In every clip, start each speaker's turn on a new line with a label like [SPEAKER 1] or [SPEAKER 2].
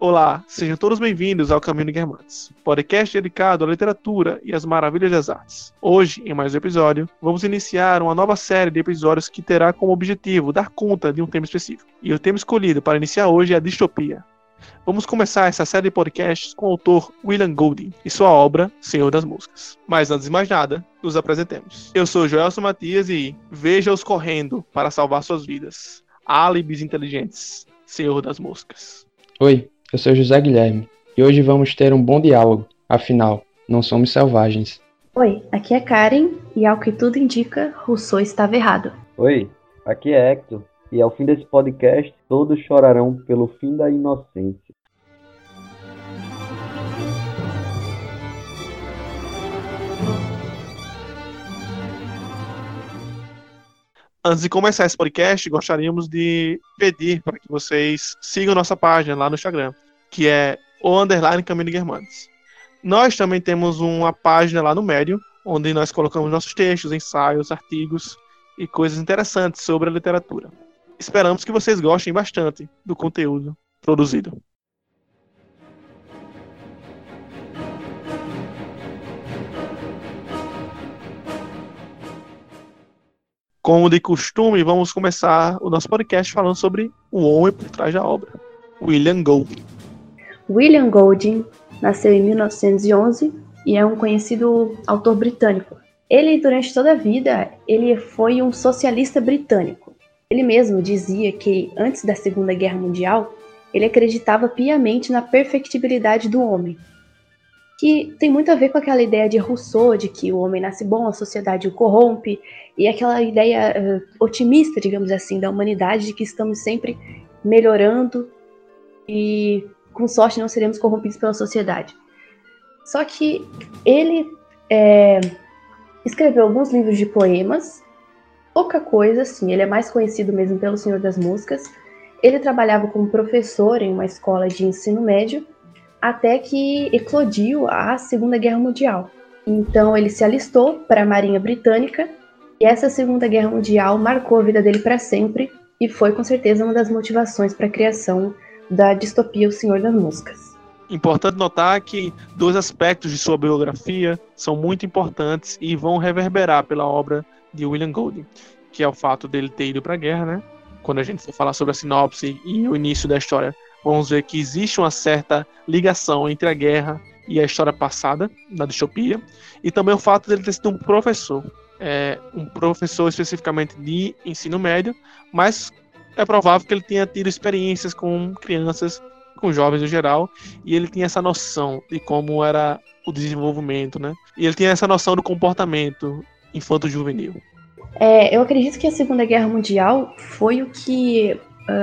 [SPEAKER 1] Olá, sejam todos bem-vindos ao Caminho de Guermantes, podcast dedicado à literatura e às maravilhas das artes. Hoje, em mais um episódio, vamos iniciar uma nova série de episódios que terá como objetivo dar conta de um tema específico. E o tema escolhido para iniciar hoje é a distopia. Vamos começar essa série de podcasts com o autor William Golding e sua obra Senhor das Moscas. Mas antes de mais nada, nos apresentemos. Eu sou Joelson Matias e veja-os correndo para salvar suas vidas. Álibis inteligentes, Senhor das Moscas.
[SPEAKER 2] Oi, eu sou José Guilherme e hoje vamos ter um bom diálogo, afinal, não somos selvagens.
[SPEAKER 3] Oi, aqui é Karen e ao que tudo indica, Rousseau estava errado.
[SPEAKER 4] Oi, aqui é Hector e ao fim desse podcast todos chorarão pelo fim da inocência.
[SPEAKER 1] Antes de começar esse podcast, gostaríamos de pedir para que vocês sigam nossa página lá no Instagram, que é _Caminho de Guermantes. Nós também temos uma página lá no Medium, onde nós colocamos nossos textos, ensaios, artigos e coisas interessantes sobre a literatura. Esperamos que vocês gostem bastante do conteúdo produzido. Como de costume, vamos começar o nosso podcast falando sobre o homem por trás da obra, William Golding.
[SPEAKER 3] William Golding nasceu em 1911 e é um conhecido autor britânico. Ele, durante toda a vida, ele foi um socialista britânico. Ele mesmo dizia que, antes da Segunda Guerra Mundial, ele acreditava piamente na perfectibilidade do homem, que tem muito a ver com aquela ideia de Rousseau, de que o homem nasce bom, a sociedade o corrompe, e aquela ideia otimista, digamos assim, da humanidade, de que estamos sempre melhorando e, com sorte, não seremos corrompidos pela sociedade. Só que ele escreveu alguns livros de poemas, pouca coisa, assim, ele é mais conhecido mesmo pelo Senhor das Moscas. Ele trabalhava como professor em uma escola de ensino médio, até que eclodiu a Segunda Guerra Mundial. Então ele se alistou para a Marinha Britânica, e essa Segunda Guerra Mundial marcou a vida dele para sempre, e foi com certeza uma das motivações para a criação da distopia O Senhor das Moscas.
[SPEAKER 1] Importante notar que dois aspectos de sua biografia são muito importantes e vão reverberar pela obra de William Golding, que é o fato dele ter ido para a guerra, né? Quando a gente for falar sobre a sinopse e o início da história, vamos ver que existe uma certa ligação entre a guerra e a história passada da distopia, e também o fato dele ter sido um professor especificamente de ensino médio, mas é provável que ele tenha tido experiências com crianças, com jovens no geral, e ele tinha essa noção de como era o desenvolvimento, né? E ele tinha essa noção do comportamento infanto-juvenil.
[SPEAKER 3] Eu acredito que a Segunda Guerra Mundial foi o que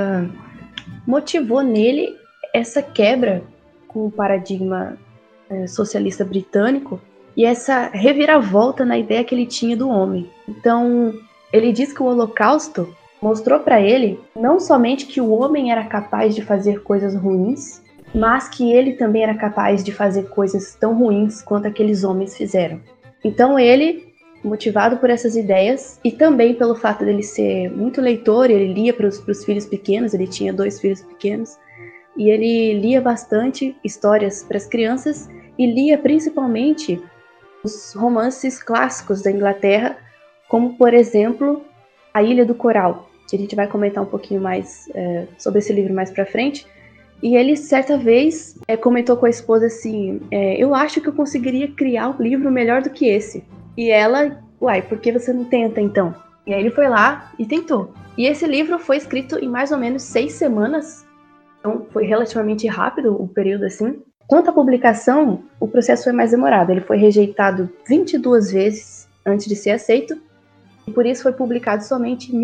[SPEAKER 3] motivou nele essa quebra com o paradigma socialista britânico e essa reviravolta na ideia que ele tinha do homem. Então, ele diz que o Holocausto mostrou para ele não somente que o homem era capaz de fazer coisas ruins, mas que ele também era capaz de fazer coisas tão ruins quanto aqueles homens fizeram. Então ele, motivado por essas ideias e também pelo fato dele ser muito leitor, ele lia para os filhos pequenos, ele tinha 2 filhos pequenos, e ele lia bastante histórias para as crianças e lia principalmente os romances clássicos da Inglaterra, como, por exemplo, A Ilha do Coral, que a gente vai comentar um pouquinho mais sobre esse livro mais para frente. E ele, certa vez, comentou com a esposa assim, eu acho que eu conseguiria criar um livro melhor do que esse. E ela, por que você não tenta então? E aí ele foi lá e tentou. E esse livro foi escrito em mais ou menos 6 semanas, então foi relativamente rápido o período assim. Quanto à publicação, o processo foi mais demorado. Ele foi rejeitado 22 vezes antes de ser aceito, e por isso foi publicado somente em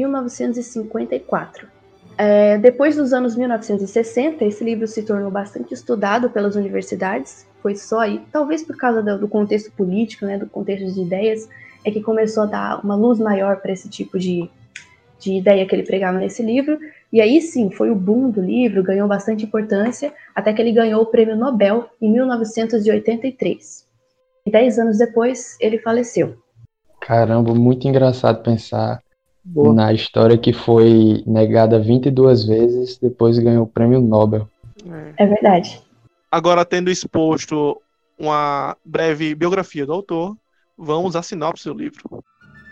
[SPEAKER 3] 1954. Depois dos anos 1960, esse livro se tornou bastante estudado pelas universidades. Foi só aí, talvez por causa do contexto político, né, do contexto de ideias, é que começou a dar uma luz maior para esse tipo de ideia que ele pregava nesse livro. E aí sim, foi o boom do livro, ganhou bastante importância, até que ele ganhou o Prêmio Nobel em 1983. E 10 anos depois, ele faleceu.
[SPEAKER 2] Caramba, muito engraçado pensar na história que foi negada 22 vezes, depois ganhou o Prêmio Nobel.
[SPEAKER 3] É verdade.
[SPEAKER 1] Agora, tendo exposto uma breve biografia do autor, vamos à sinopse do livro.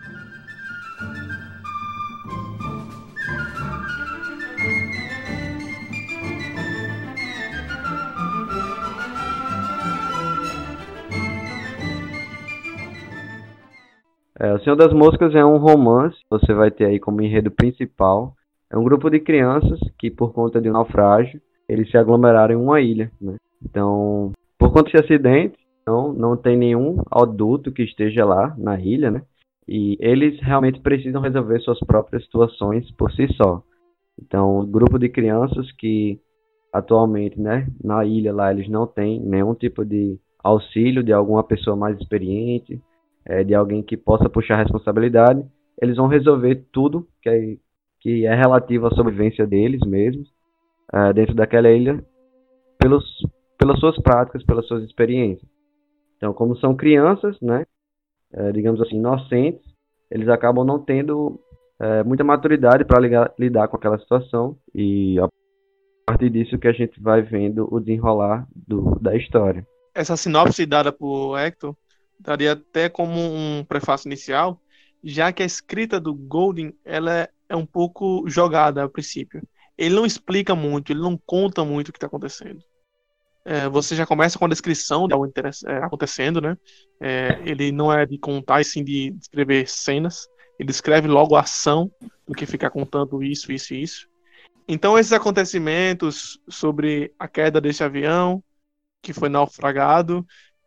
[SPEAKER 4] O Senhor das Moscas é um romance, você vai ter aí como enredo principal. É um grupo de crianças que, por conta de um naufrágio, eles se aglomeraram em uma ilha, né? Então, por conta desse acidente, não tem nenhum adulto que esteja lá na ilha, né? E eles realmente precisam resolver suas próprias situações por si só. Então, um grupo de crianças que atualmente, né, na ilha lá, eles não têm nenhum tipo de auxílio de alguma pessoa mais experiente, de alguém que possa puxar a responsabilidade, eles vão resolver tudo que é relativo à sobrevivência deles mesmos, dentro daquela ilha, pelas suas práticas, pelas suas experiências. Então, como são crianças, né, digamos assim, inocentes, eles acabam não tendo muita maturidade para lidar com aquela situação, e a partir disso que a gente vai vendo o desenrolar da história.
[SPEAKER 1] Essa sinopse dada por Hector daria até como um prefácio inicial, já que a escrita do Golding ela é um pouco jogada a princípio. Ele não explica muito, ele não conta muito o que está acontecendo. Você já começa com a descrição de algo acontecendo, né? Ele não é de contar, e sim de descrever cenas. Ele escreve logo a ação do que ficar contando isso, isso e isso. Então, esses acontecimentos sobre a queda desse avião, que foi naufragado,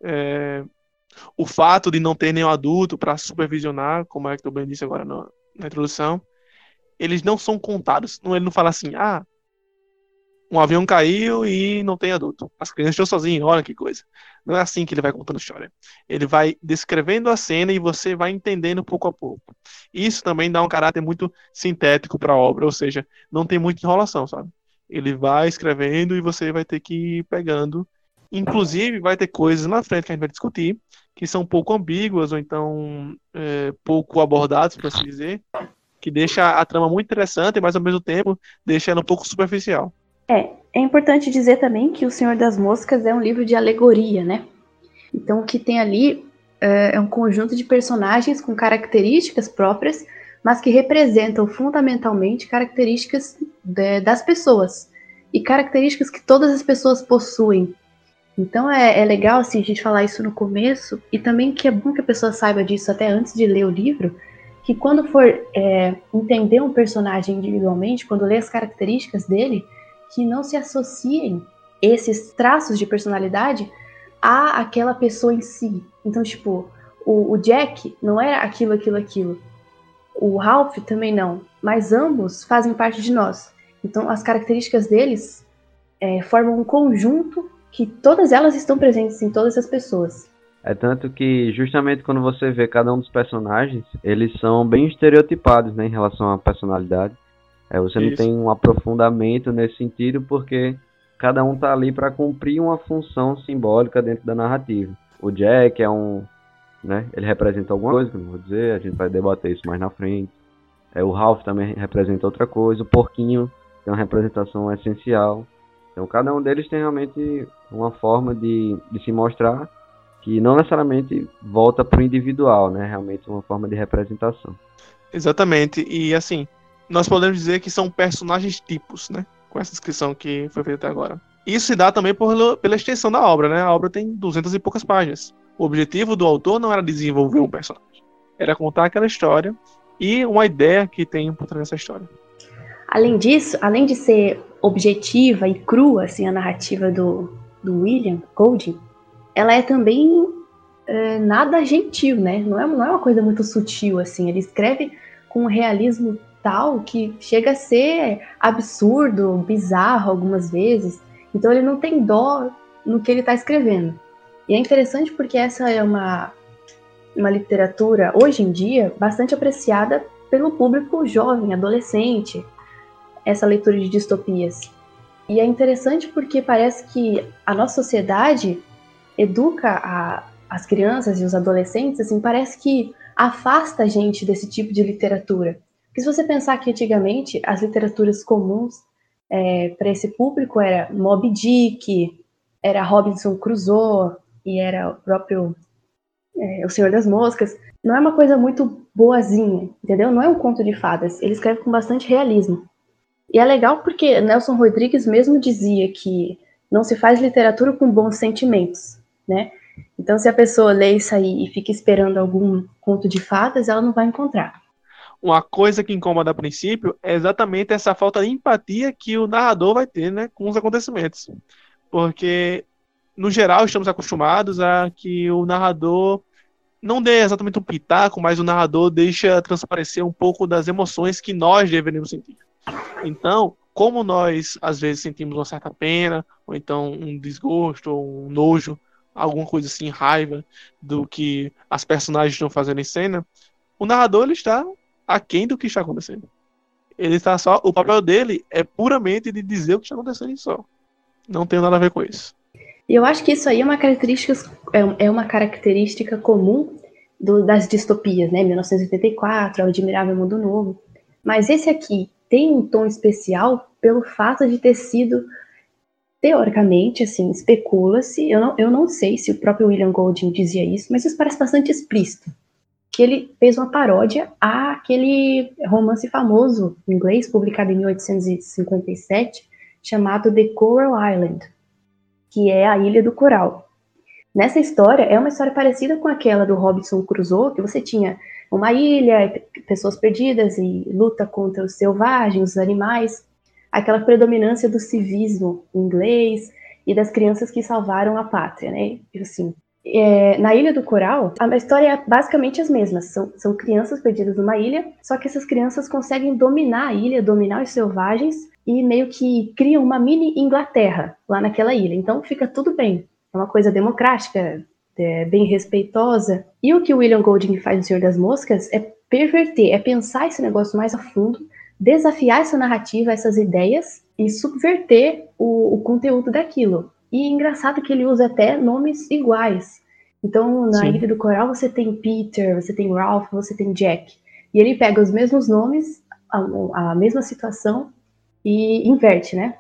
[SPEAKER 1] o fato de não ter nenhum adulto para supervisionar, como é que eu bem disse agora na introdução, eles não são contados. Ele não fala assim, um avião caiu e não tem adulto. As crianças estão sozinhas, olha que coisa. Não é assim que ele vai contando a história. Ele vai descrevendo a cena e você vai entendendo pouco a pouco. Isso também dá um caráter muito sintético para a obra, ou seja, não tem muita enrolação, sabe? Ele vai escrevendo e você vai ter que ir pegando. Inclusive, vai ter coisas na frente que a gente vai discutir que são pouco ambíguas ou então pouco abordadas, por assim dizer, que deixa a trama muito interessante, mas ao mesmo tempo deixa ela um pouco superficial.
[SPEAKER 3] É importante dizer também que O Senhor das Moscas é um livro de alegoria, né? Então o que tem ali é um conjunto de personagens com características próprias, mas que representam fundamentalmente características das pessoas e características que todas as pessoas possuem. Então é legal assim, a gente falar isso no começo, e também que é bom que a pessoa saiba disso até antes de ler o livro, que quando for entender um personagem individualmente, quando ler as características dele, que não se associem esses traços de personalidade a aquela pessoa em si. Então, tipo, o Jack não é aquilo. O Ralph também não. Mas ambos fazem parte de nós. Então, as características deles formam um conjunto que todas elas estão presentes em todas as pessoas.
[SPEAKER 4] É tanto que, justamente quando você vê cada um dos personagens, eles são bem estereotipados, né, em relação à personalidade. Você não tem um aprofundamento nesse sentido, porque cada um tá ali para cumprir uma função simbólica dentro da narrativa. O Jack é né, ele representa alguma coisa, que eu não vou dizer, a gente vai debater isso mais na frente. O Ralph também representa outra coisa, o Porquinho tem uma representação essencial. Então cada um deles tem realmente uma forma de se mostrar que não necessariamente volta para o individual, né, realmente uma forma de representação.
[SPEAKER 1] Exatamente, e assim, nós podemos dizer que são personagens tipos, né? Com essa descrição que foi feita até agora. Isso se dá também pela extensão da obra, né? A obra tem 200 e poucas páginas. O objetivo do autor não era desenvolver um personagem, era contar aquela história e uma ideia que tem por trás dessa história.
[SPEAKER 3] Além disso, além de ser objetiva e crua, assim, a narrativa do William Golding, ela é também nada gentil, né? Não é uma coisa muito sutil, assim. Ele escreve com um realismo tal que chega a ser absurdo, bizarro algumas vezes. Então ele não tem dó no que ele está escrevendo. E é interessante porque essa é uma literatura, hoje em dia, bastante apreciada pelo público jovem, adolescente, essa leitura de distopias. E é interessante porque parece que a nossa sociedade educa as crianças e os adolescentes, assim, parece que afasta a gente desse tipo de literatura. Porque se você pensar que antigamente as literaturas comuns para esse público era Moby Dick, era Robinson Crusoe e era o próprio O Senhor das Moscas. Não é uma coisa muito boazinha, entendeu? Não é um conto de fadas. Ele escreve com bastante realismo. E é legal porque Nelson Rodrigues mesmo dizia que não se faz literatura com bons sentimentos, né? Então, se a pessoa lê isso aí e fica esperando algum conto de fadas, ela não vai encontrar.
[SPEAKER 1] Uma coisa que incomoda a princípio é exatamente essa falta de empatia que o narrador vai ter, né, com os acontecimentos. Porque, no geral, estamos acostumados a que o narrador não dê exatamente um pitaco, mas o narrador deixa transparecer um pouco das emoções que nós deveríamos sentir. Então, como nós às vezes sentimos uma certa pena, ou então um desgosto, ou um nojo, alguma coisa assim, raiva do que as personagens estão fazendo em cena, o narrador ele está aquém do que está acontecendo. Ele está só, o papel dele é puramente de dizer o que está acontecendo só. Não tem nada a ver com isso.
[SPEAKER 3] E eu acho que isso aí é uma característica comum das distopias, né? 1984, O Admirável Mundo Novo. Mas esse aqui tem um tom especial pelo fato de ter sido, teoricamente, assim, especula-se, eu não sei se o próprio William Golding dizia isso, mas isso parece bastante explícito, que ele fez uma paródia àquele romance famoso em inglês, publicado em 1857, chamado The Coral Island, que é a Ilha do Coral. Nessa história, é uma história parecida com aquela do Robinson Crusoe, que você tinha uma ilha, pessoas perdidas e luta contra os selvagens, os animais, aquela predominância do civismo inglês e das crianças que salvaram a pátria, né? Assim, na Ilha do Coral, a história é basicamente as mesmas. São crianças perdidas numa ilha, só que essas crianças conseguem dominar a ilha, dominar os selvagens e meio que criam uma mini Inglaterra lá naquela ilha. Então fica tudo bem. É uma coisa democrática, bem respeitosa. E o que o William Golding faz no Senhor das Moscas é perverter, é pensar esse negócio mais a fundo, desafiar essa narrativa, essas ideias e subverter o conteúdo daquilo. E é engraçado que ele usa até nomes iguais. Então, na Ilha do Coral você tem Peter, você tem Ralph, você tem Jack. E ele pega os mesmos nomes, a mesma situação e inverte, né?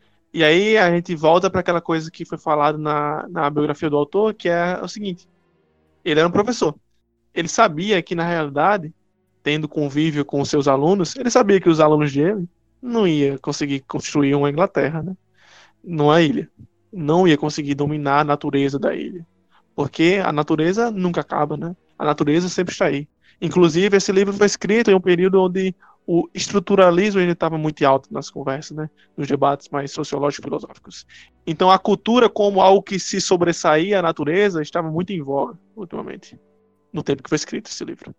[SPEAKER 1] E aí a gente volta para aquela coisa que foi falado na biografia do autor, que é o seguinte: ele era um professor. Ele sabia que, na realidade, tendo convívio com os seus alunos, ele sabia que os alunos dele não iam conseguir construir uma Inglaterra, né? Numa ilha. Não ia conseguir dominar a natureza da ilha. Porque a natureza nunca acaba, né? A natureza sempre está aí. Inclusive, esse livro foi escrito em um período onde o estruturalismo estava muito alto nas conversas, né? Nos debates mais sociológicos e filosóficos. Então, a cultura como algo que se sobressaía à natureza estava muito em voga, ultimamente, no tempo que foi escrito esse livro.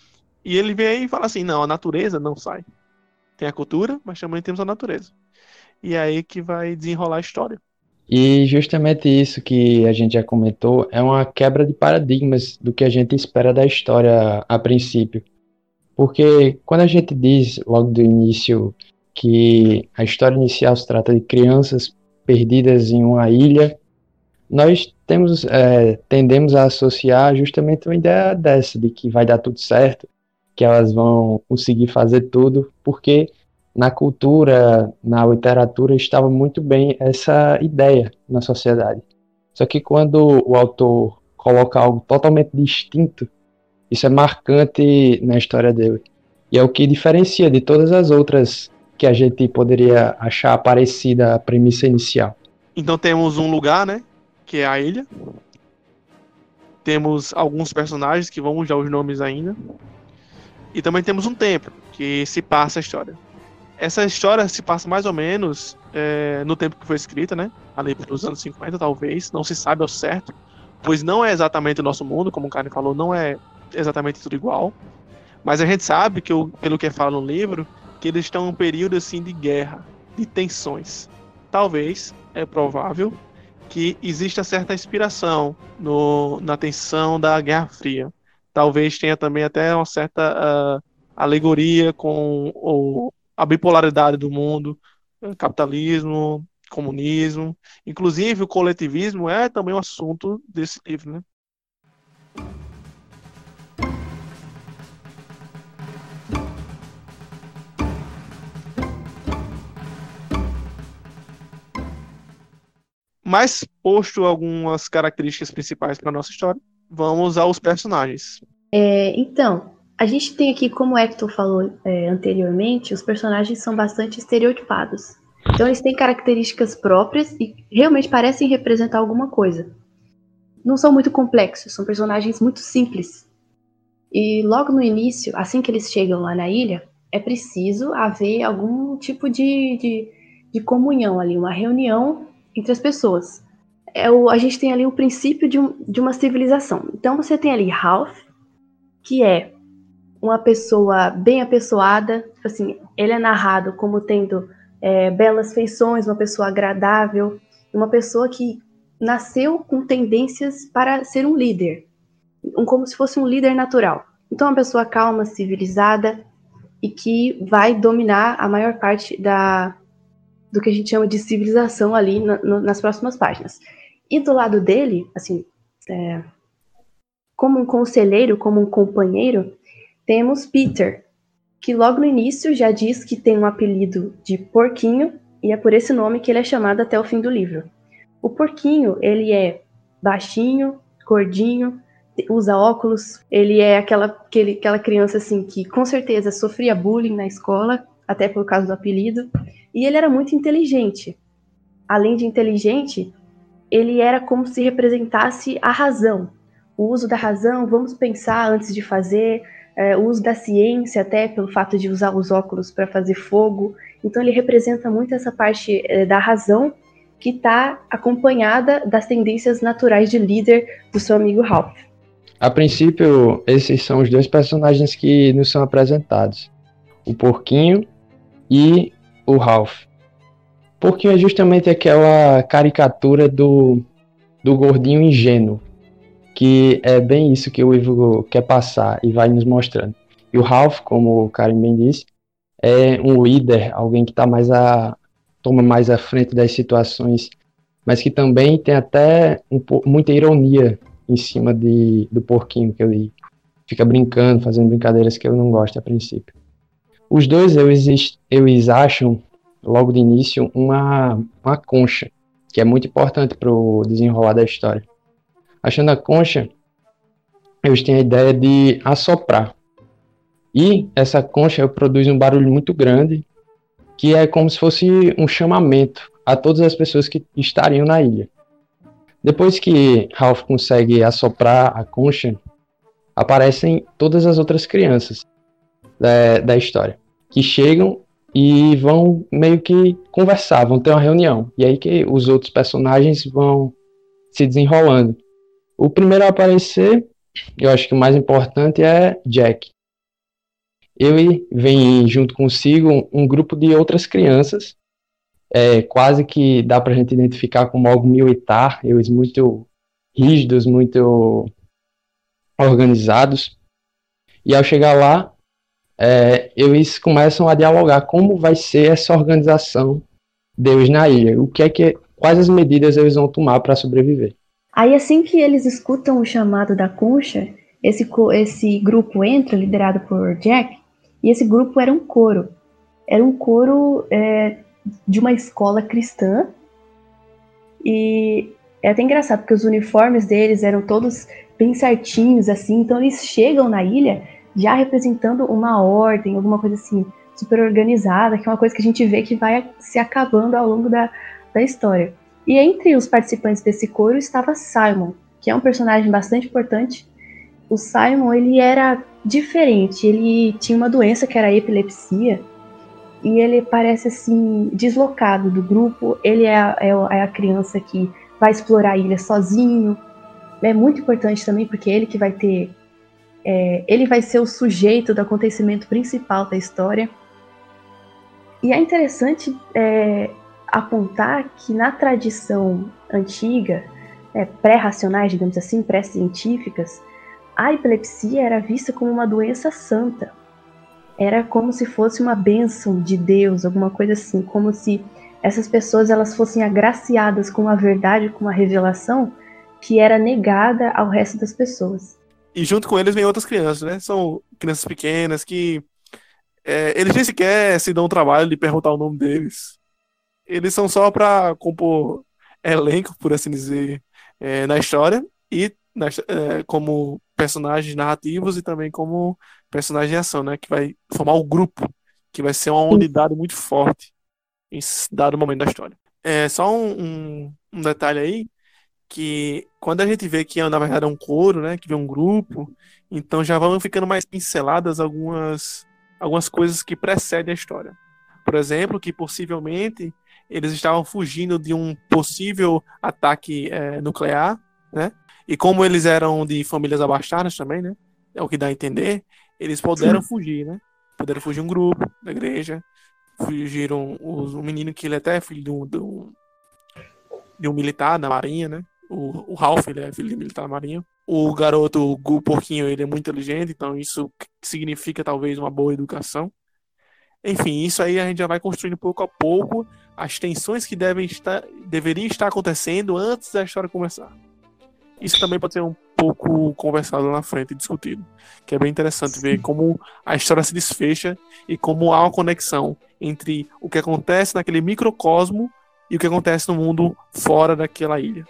[SPEAKER 1] E ele vem aí e fala assim, não, a natureza não sai. Tem a cultura, mas também temos a natureza. E é aí que vai desenrolar a história.
[SPEAKER 2] E justamente isso que a gente já comentou é uma quebra de paradigmas do que a gente espera da história a princípio. Porque quando a gente diz logo do início que a história inicial se trata de crianças perdidas em uma ilha, nós tendemos a associar justamente uma ideia dessa, de que vai dar tudo certo, que elas vão conseguir fazer tudo, porque na cultura, na literatura, estava muito bem essa ideia na sociedade. Só que quando o autor coloca algo totalmente distinto, isso é marcante na história dele. E é o que diferencia de todas as outras que a gente poderia achar parecida à premissa inicial.
[SPEAKER 1] Então temos um lugar, né? Que é a ilha. Temos alguns personagens que vamos dar os nomes ainda. E também temos um tempo que se passa a história. Essa história se passa mais ou menos no tempo que foi escrita, né? Ali pelos anos 50, talvez. Não se sabe ao certo. Pois não é exatamente o nosso mundo, como o Karen falou, não é exatamente tudo igual. Mas a gente sabe, que pelo que fala no livro, que eles estão em um período assim, de guerra, de tensões. Talvez, é provável, que exista certa inspiração na tensão da Guerra Fria. Talvez tenha também até uma certa alegoria com a bipolaridade do mundo, capitalismo, comunismo. Inclusive, o coletivismo é também um assunto desse livro, né? Mas, posto algumas características principais para nossa história, vamos aos personagens.
[SPEAKER 3] Então, a gente tem aqui, como o Hector falou anteriormente, os personagens são bastante estereotipados. Então, eles têm características próprias e realmente parecem representar alguma coisa. Não são muito complexos, são personagens muito simples. E logo no início, assim que eles chegam lá na ilha, é preciso haver algum tipo de comunhão ali, uma reunião entre as pessoas. A gente tem ali o princípio de uma civilização. Então você tem ali Ralph, que é uma pessoa bem apessoada, assim, ele é narrado como tendo belas feições, uma pessoa agradável, uma pessoa que nasceu com tendências para ser um líder, como se fosse um líder natural. Então, uma pessoa calma, civilizada e que vai dominar a maior parte do que a gente chama de civilização ali nas próximas páginas. E do lado dele, assim, como um conselheiro, como um companheiro, temos Peter, que logo no início já diz que tem um apelido de Porquinho, e é por esse nome que ele é chamado até o fim do livro. O Porquinho, ele é baixinho, gordinho, usa óculos, ele é aquela criança assim que com certeza sofria bullying na escola, até por causa do apelido, e ele era muito inteligente. Além de inteligente, ele era como se representasse a razão, o uso da razão, vamos pensar antes de fazer, o uso da ciência, até pelo fato de usar os óculos para fazer fogo. Então ele representa muito essa parte da razão que está acompanhada das tendências naturais de líder do seu amigo Ralph.
[SPEAKER 2] A princípio, esses são os dois personagens que nos são apresentados, o Porquinho e o Ralph. O Porquinho é justamente aquela caricatura do gordinho ingênuo, que é bem isso que o livro quer passar e vai nos mostrando. E o Ralph, como o Karim bem disse, é um líder, alguém que toma mais à frente das situações, mas que também tem até muita ironia em cima do Porquinho, que ele fica brincando, fazendo brincadeiras que eu não gosto a princípio. Os dois, eles acham, logo de início, uma concha, que é muito importante para o desenrolar da história. Achando a concha, eles têm a ideia de assoprar. E essa concha produz um barulho muito grande, que é como se fosse um chamamento a todas as pessoas que estariam na ilha. Depois que Ralph consegue assoprar a concha, aparecem todas as outras crianças da história, que chegam e vão meio que conversar, vão ter uma reunião. E aí que os outros personagens vão se desenrolando. O primeiro a aparecer, eu acho que o mais importante é Jack. Ele vem junto consigo um grupo de outras crianças, quase que dá pra gente identificar como algo militar, eles muito rígidos, muito organizados. E ao chegar lá, eles começam a dialogar como vai ser essa organização deles na ilha, quais as medidas eles vão tomar para sobreviver.
[SPEAKER 3] Aí assim que eles escutam o chamado da concha, esse grupo entra, liderado por Jack, e esse grupo era um coro. Era um coro de uma escola cristã, e é até engraçado, porque os uniformes deles eram todos bem certinhos, assim, então eles chegam na ilha já representando uma ordem, alguma coisa assim, super organizada, que é uma coisa que a gente vê que vai se acabando ao longo da história. E entre os participantes desse coro estava Simon, que é um personagem bastante importante. O Simon, ele era diferente, ele tinha uma doença que era a epilepsia, e ele parece assim, deslocado do grupo. Ele é a criança que vai explorar a ilha sozinho. É muito importante também, porque ele que vai ter... ele vai ser o sujeito do acontecimento principal da história. E é interessante apontar que na tradição antiga, pré-racionais, digamos assim, pré-científicas, a epilepsia era vista como uma doença santa. Era como se fosse uma bênção de Deus, alguma coisa assim, como se essas pessoas elas fossem agraciadas com a verdade, com a revelação que era negada ao resto das pessoas.
[SPEAKER 1] E junto com eles vem outras crianças, né? São crianças pequenas que eles nem sequer se dão o trabalho de perguntar o nome deles. Eles são só pra compor elenco, por assim dizer, na história, e como personagens narrativos e também como personagem de ação, né? Que vai formar o grupo, que vai ser uma unidade muito forte em dado momento da história. Só um detalhe aí, que quando a gente vê que na verdade é um coro, né? Que vê um grupo, então já vão ficando mais pinceladas algumas coisas que precedem a história. Por exemplo, que possivelmente eles estavam fugindo de um possível ataque nuclear, né? E como eles eram de famílias abastadas também, né? É o que dá a entender, eles puderam fugir, né? Puderam fugir um grupo da igreja, fugiram um menino que ele até é filho de um militar da marinha, né? O Ralph, ele é filho de militar da marinha. O garoto, o porquinho, ele é muito inteligente, então isso significa talvez uma boa educação. Enfim, isso aí a gente já vai construindo pouco a pouco as tensões que deveriam estar acontecendo antes da história começar. Isso também pode ser um pouco conversado lá na frente e discutido, que é bem interessante ver como a história se desfecha e como há uma conexão entre o que acontece naquele microcosmo e o que acontece no mundo fora daquela ilha.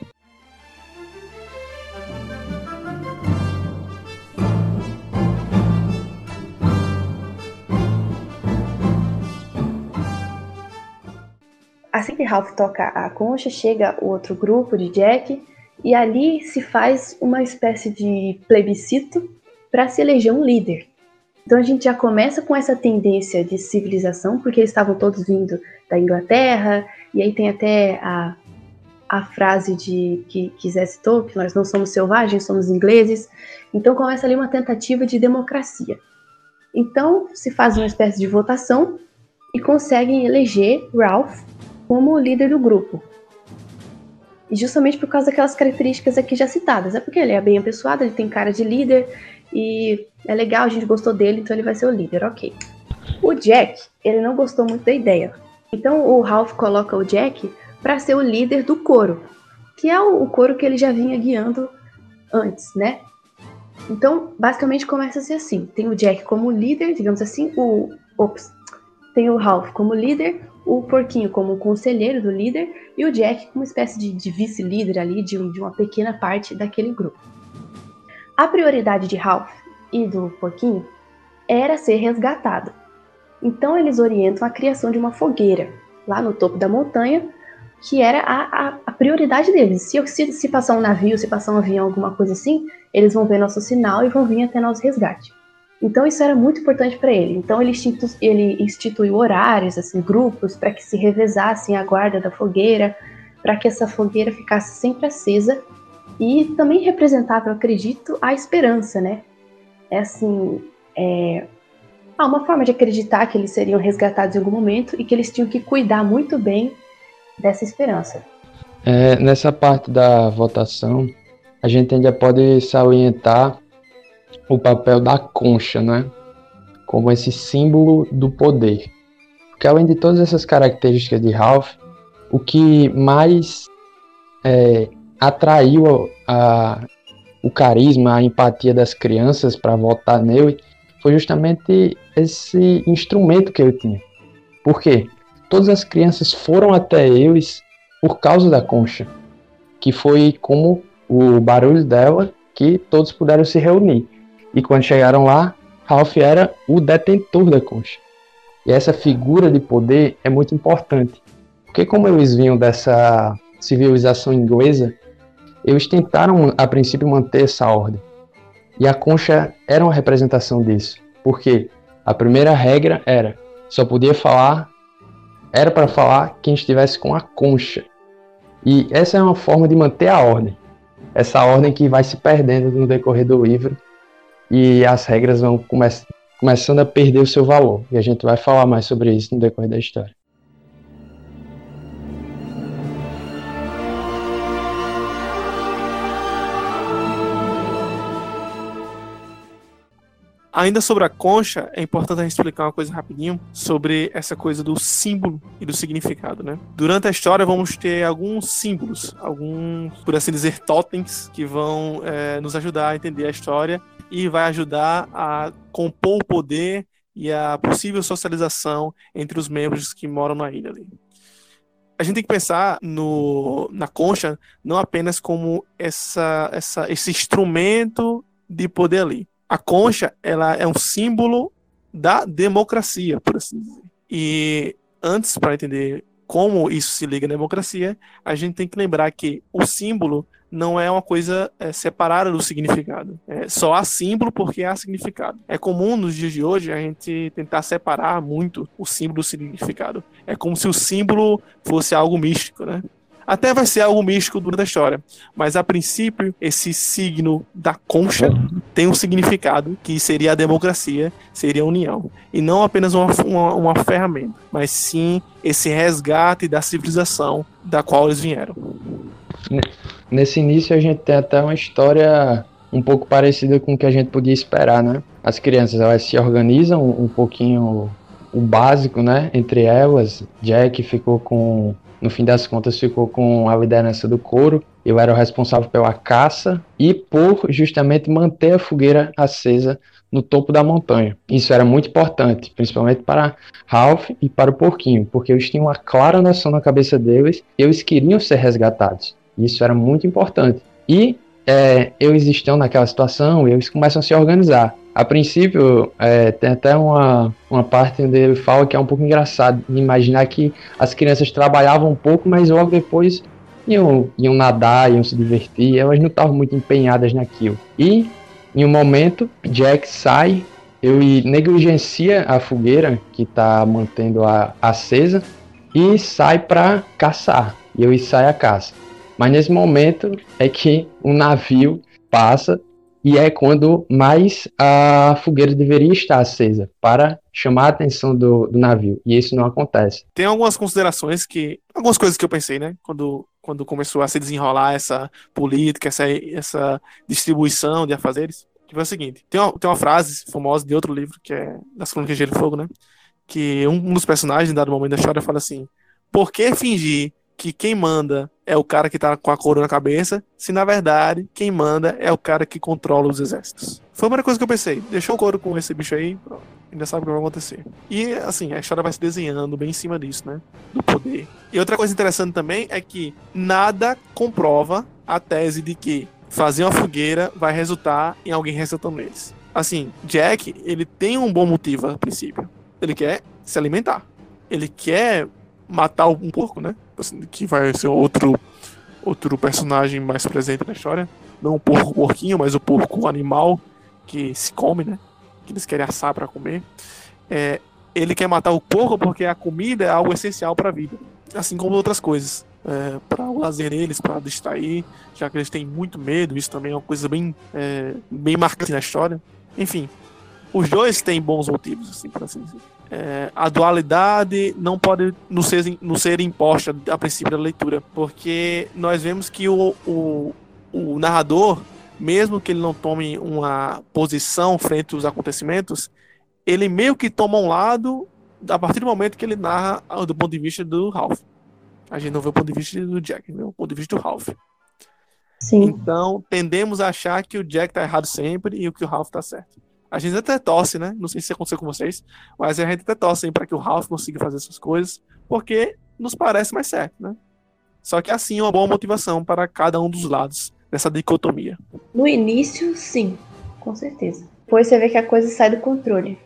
[SPEAKER 3] Assim que Ralph toca a concha, chega o outro grupo de Jack, e ali se faz uma espécie de plebiscito para se eleger um líder. Então a gente já começa com essa tendência de civilização, porque eles estavam todos vindo da Inglaterra, e aí tem até a frase que Zé citou, que nós não somos selvagens, somos ingleses. Então começa ali uma tentativa de democracia. Então se faz uma espécie de votação e conseguem eleger Ralph como líder do grupo. E justamente por causa daquelas características aqui já citadas. É porque ele é bem apessoado, ele tem cara de líder, e é legal, a gente gostou dele, então ele vai ser o líder, ok. O Jack, ele não gostou muito da ideia. Então o Ralph coloca o Jack para ser o líder do coro, que é o coro que ele já vinha guiando antes, né? Então, basicamente começa a ser assim. Tem o Jack como líder, digamos assim, tem o Ralph como líder, o porquinho como conselheiro do líder e o Jack como uma espécie de vice-líder ali de uma pequena parte daquele grupo. A prioridade de Ralph e do porquinho era ser resgatado. Então eles orientam a criação de uma fogueira lá no topo da montanha, que era a prioridade deles. Se passar um navio, se passar um avião, alguma coisa assim, eles vão ver nosso sinal e vão vir até nosso resgate. Então isso era muito importante para ele. Então ele instituiu horários, assim, grupos, para que se revezassem a guarda da fogueira, para que essa fogueira ficasse sempre acesa. E também representava, eu acredito, a esperança, né? Uma forma de acreditar que eles seriam resgatados em algum momento e que eles tinham que cuidar muito bem dessa esperança.
[SPEAKER 2] Nessa parte da votação, a gente ainda pode salientar o papel da concha, né? Como esse símbolo do poder. Porque além de todas essas características de Ralph, o que mais atraiu o carisma, a empatia das crianças para votar nele foi justamente esse instrumento que ele tinha. Por quê? Todas as crianças foram até eles por causa da concha, que foi como o barulho dela que todos puderam se reunir. E quando chegaram lá, Ralph era o detentor da concha. E essa figura de poder é muito importante, porque como eles vinham dessa civilização inglesa, eles tentaram a princípio manter essa ordem. E a concha era uma representação disso, porque a primeira regra só podia falar, era para falar quem estivesse com a concha. E essa é uma forma de manter a ordem. Essa ordem que vai se perdendo no decorrer do livro e as regras vão começando a perder o seu valor. E a gente vai falar mais sobre isso no decorrer da história.
[SPEAKER 1] Ainda sobre a concha, é importante a gente explicar uma coisa rapidinho sobre essa coisa do símbolo e do significado, né? Durante a história vamos ter alguns símbolos, alguns, por assim dizer, totens, que vão nos ajudar a entender a história e vai ajudar a compor o poder e a possível socialização entre os membros que moram na ilha ali. A gente tem que pensar na concha não apenas como esse instrumento de poder ali. A concha, ela é um símbolo da democracia, por assim dizer. E antes, para entender como isso se liga à democracia, a gente tem que lembrar que o símbolo não é uma coisa separada do significado. Só há símbolo porque há significado. É comum nos dias de hoje a gente tentar separar muito o símbolo do significado. É como se o símbolo fosse algo místico, né? Até vai ser algo místico durante a história, mas a princípio esse signo da concha tem um significado que seria a democracia, seria a união. E não apenas uma ferramenta, mas sim esse resgate da civilização da qual eles vieram.
[SPEAKER 2] Nesse início a gente tem até uma história um pouco parecida com o que a gente podia esperar, né? As crianças, elas se organizam um pouquinho o básico, né? Entre elas, Jack no fim das contas, ficou com a liderança do coro. Eu era o responsável pela caça e por justamente manter a fogueira acesa no topo da montanha. Isso era muito importante, principalmente para Ralph e para o porquinho, porque eles tinham uma clara noção na cabeça deles e eles queriam ser resgatados. Isso era muito importante. E eles estão naquela situação e eles começam a se organizar. A princípio, tem até uma parte onde ele fala que é um pouco engraçado imaginar que as crianças trabalhavam um pouco, mas logo depois iam nadar, iam se divertir, elas não estavam muito empenhadas naquilo. E, em um momento, Jack sai e negligencia a fogueira que está mantendo acesa e sai para caçar. E ele sai à caça. Mas nesse momento é que um navio passa e é quando mais a fogueira deveria estar acesa para chamar a atenção do navio. E isso não acontece.
[SPEAKER 1] Tem algumas considerações algumas coisas que eu pensei, né? Quando começou a se desenrolar essa política, essa distribuição de afazeres. Que foi o seguinte: tem uma frase famosa de outro livro, que é das Crônicas de Gelo e Fogo, né? Que um dos personagens, em dado momento da história, fala assim: por que fingir que quem manda é o cara que tá com a coroa na cabeça, se na verdade quem manda é o cara que controla os exércitos? Foi a primeira coisa que eu pensei. Deixou o couro com esse bicho aí, pronto, ainda sabe o que vai acontecer. E assim, a história vai se desenhando bem em cima disso, né? Do poder. E outra coisa interessante também é que nada comprova a tese de que fazer uma fogueira vai resultar em alguém resgatando eles. Assim, Jack, ele tem um bom motivo a princípio. Ele quer se alimentar. Ele quer matar um porco, né? Que vai ser outro personagem mais presente na história. Não o porquinho, mas o porco animal que se come, né? Que eles querem assar para comer. Ele quer matar o porco porque a comida é algo essencial para a vida. Assim como outras coisas. Para o lazer deles, para distrair, já que eles têm muito medo. Isso também é uma coisa bem marcante na história. Enfim, os dois têm bons motivos, assim, para assim dizer. A dualidade não pode não ser imposta a princípio da leitura, porque nós vemos que o narrador, mesmo que ele não tome uma posição frente aos acontecimentos, ele meio que toma um lado a partir do momento que ele narra do ponto de vista do Ralph. A gente não vê o ponto de vista do Jack, vê o ponto de vista do Ralph.
[SPEAKER 3] Sim.
[SPEAKER 1] Então, tendemos a achar que o Jack tá errado sempre e que o Ralph tá certo. A gente até torce, né? Não sei se aconteceu com vocês, mas a gente até torce para que o Ralph consiga fazer essas coisas, porque nos parece mais certo, né? Só que assim é uma boa motivação para cada um dos lados dessa dicotomia.
[SPEAKER 3] No início, sim, com certeza. Depois você vê que a coisa sai do controle.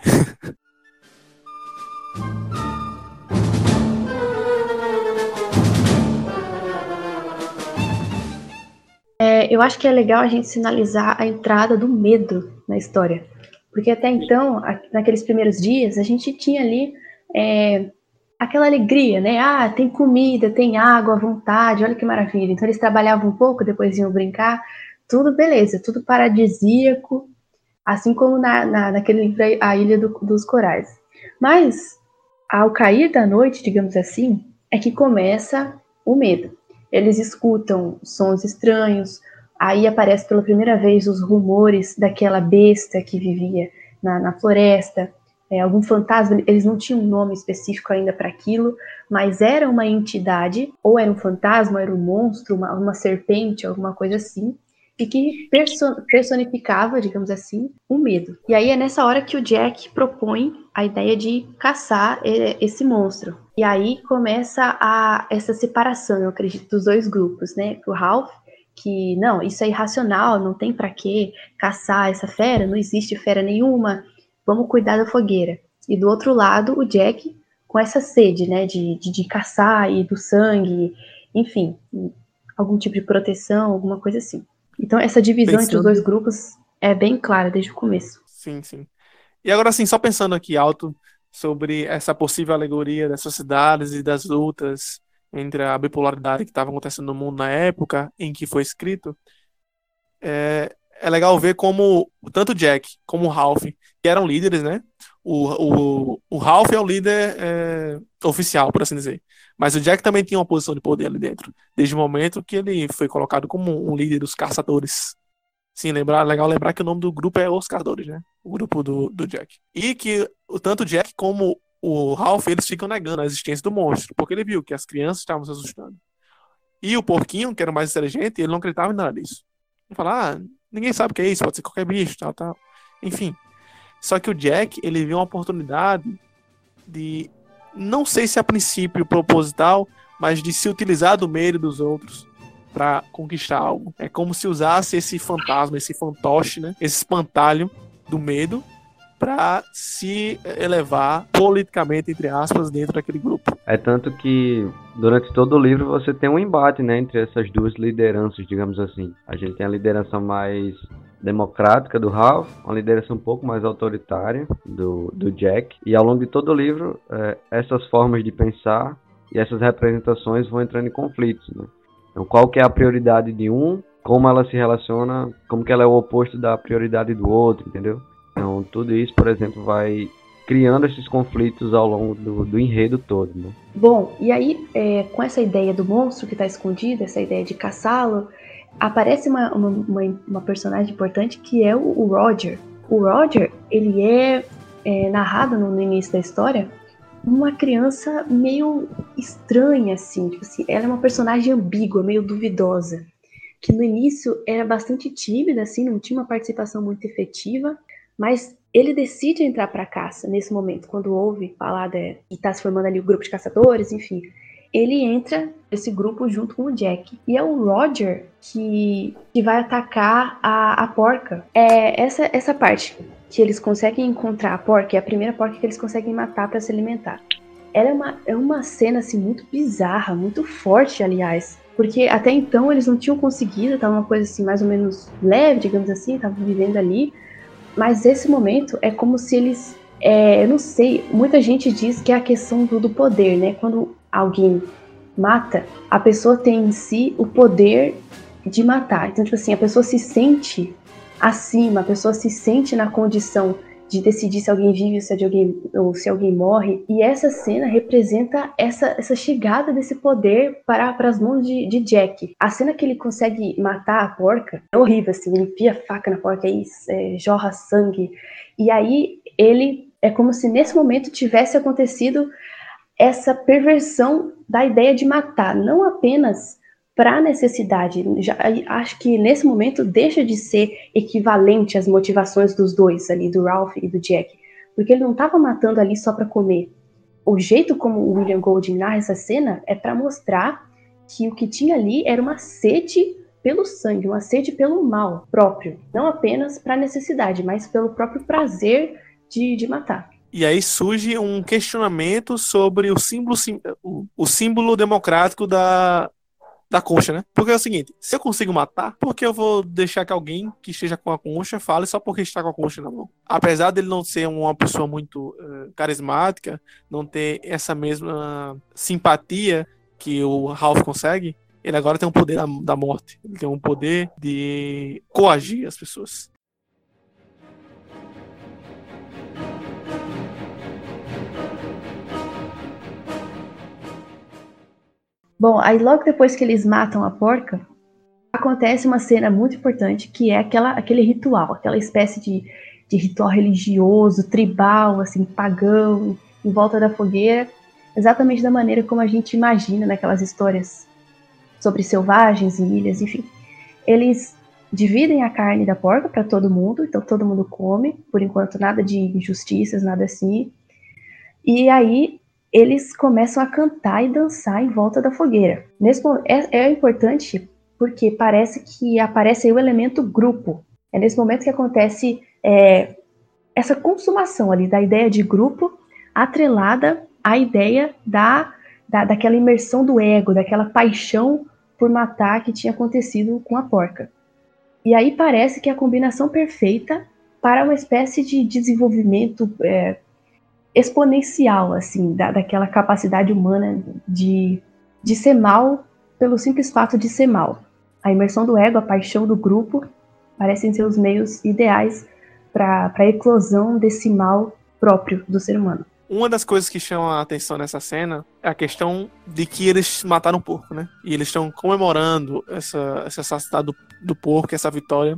[SPEAKER 3] Eu acho que é legal a gente sinalizar a entrada do medo na história. Porque até então, naqueles primeiros dias, a gente tinha ali aquela alegria, né? Ah, tem comida, tem água à vontade, olha que maravilha. Então eles trabalhavam um pouco, depois iam brincar, tudo beleza, tudo paradisíaco, assim como naquele livro A Ilha dos Corais. Mas, ao cair da noite, digamos assim, é que começa o medo. Eles escutam sons estranhos, aí aparece pela primeira vez os rumores daquela besta que vivia na floresta, algum fantasma. Eles não tinham um nome específico ainda para aquilo, mas era uma entidade, ou era um fantasma, ou era um monstro, uma serpente, alguma coisa assim, e que personificava, digamos assim, o medo. E aí é nessa hora que o Jack propõe a ideia de caçar esse monstro. E aí começa essa separação, eu acredito, dos dois grupos, né? O Ralph, que, não, isso é irracional, não tem pra que caçar essa fera, não existe fera nenhuma, vamos cuidar da fogueira. E do outro lado, o Jack, com essa sede, né, de caçar e do sangue, enfim, algum tipo de proteção, alguma coisa assim. Então, essa divisão entre os dois grupos é bem clara desde o começo.
[SPEAKER 1] Sim, sim. E agora, assim, só pensando aqui alto sobre essa possível alegoria das sociedades e das lutas entre a bipolaridade que estava acontecendo no mundo na época em que foi escrito, é legal ver como tanto o Jack como o Ralph, que eram líderes, né? O Ralph é o líder oficial, por assim dizer. Mas o Jack também tinha uma posição de poder ali dentro, desde o momento que ele foi colocado como um líder dos caçadores. Sim, legal lembrar que o nome do grupo é Os Caçadores, né? O grupo do Jack. E que tanto o Jack como o Ralph, eles ficam negando a existência do monstro, porque ele viu que as crianças estavam se assustando. E o porquinho, que era o mais inteligente, ele não acreditava em nada disso. Ele fala, ninguém sabe o que é isso, pode ser qualquer bicho, tal, tal. Enfim. Só que o Jack, ele viu uma oportunidade de, não sei se a princípio proposital, mas de se utilizar do medo dos outros para conquistar algo. É como se usasse esse fantasma, esse fantoche, né? Esse espantalho do medo para se elevar politicamente, entre aspas, dentro daquele grupo.
[SPEAKER 4] É tanto que durante todo o livro você tem um embate, né, entre essas duas lideranças, digamos assim. A gente tem a liderança mais democrática do Ralph, uma liderança um pouco mais autoritária do Jack. E ao longo de todo o livro, essas formas de pensar e essas representações vão entrando em conflitos, né? Então, qual que é a prioridade de um, como ela se relaciona, como que ela é o oposto da prioridade do outro, entendeu? Então, tudo isso, por exemplo, vai criando esses conflitos ao longo do enredo todo, né?
[SPEAKER 3] Bom, e aí, com essa ideia do monstro que está escondido, essa ideia de caçá-lo, aparece uma personagem importante que é o Roger. O Roger, ele é narrado no início da história uma criança meio estranha, assim, tipo assim, ela é uma personagem ambígua, meio duvidosa, que no início era bastante tímida, assim, não tinha uma participação muito efetiva, mas ele decide entrar para a caça nesse momento, quando ouve falar e está se formando ali o grupo de caçadores, enfim. Ele entra nesse grupo junto com o Jack. E é o Roger que vai atacar a porca. É essa parte que eles conseguem encontrar a porca, é a primeira porca que eles conseguem matar para se alimentar. Ela é uma cena assim, muito bizarra, muito forte, aliás. Porque até então eles não tinham conseguido, tava uma coisa assim mais ou menos leve, digamos assim, estavam vivendo ali. Mas esse momento é como se eles... eu não sei, muita gente diz que é a questão do poder, né? Quando alguém mata, a pessoa tem em si o poder de matar. Então, tipo assim, a pessoa se sente acima, a pessoa se sente na condição de decidir se alguém vive ou se alguém morre. E essa cena representa essa chegada desse poder para as mãos de Jack. A cena que ele consegue matar a porca é horrível, assim, ele enfia a faca na porca e jorra sangue. E aí ele é como se nesse momento tivesse acontecido essa perversão da ideia de matar, não apenas para necessidade. Acho que nesse momento deixa de ser equivalente às motivações dos dois ali, do Ralph e do Jack, porque ele não estava matando ali só para comer. O jeito como o William Golding narra essa cena é para mostrar que o que tinha ali era uma sede pelo sangue, uma sede pelo mal próprio, não apenas para necessidade, mas pelo próprio prazer de matar.
[SPEAKER 1] E aí surge um questionamento sobre o símbolo democrático da concha, né? Porque é o seguinte, se eu consigo matar, por que eu vou deixar que alguém que esteja com a concha fale só porque está com a concha na mão? Apesar dele não ser uma pessoa muito carismática, não ter essa mesma simpatia que o Ralph consegue, ele agora tem um poder da morte. Ele tem um poder de coagir as pessoas.
[SPEAKER 3] Bom, aí logo depois que eles matam a porca, acontece uma cena muito importante, que é aquele ritual, aquela espécie de ritual religioso, tribal, assim, pagão, em volta da fogueira, exatamente da maneira como a gente imagina naquelas histórias sobre selvagens e ilhas, enfim. Eles dividem a carne da porca para todo mundo, então todo mundo come, por enquanto nada de injustiças, nada assim. E aí eles começam a cantar e dançar em volta da fogueira. É importante porque parece que aparece aí o elemento grupo. É nesse momento que acontece essa consumação ali da ideia de grupo atrelada à ideia daquela imersão do ego, daquela paixão por matar que tinha acontecido com a porca. E aí parece que é a combinação perfeita para uma espécie de desenvolvimento exponencial, assim, daquela capacidade humana de ser mal pelo simples fato de ser mal. A imersão do ego, a paixão do grupo, parecem ser os meios ideais para a eclosão desse mal próprio do ser humano.
[SPEAKER 1] Uma das coisas que chama a atenção nessa cena é a questão de que eles mataram o porco, né? E eles estão comemorando essa assassinato do porco, essa vitória.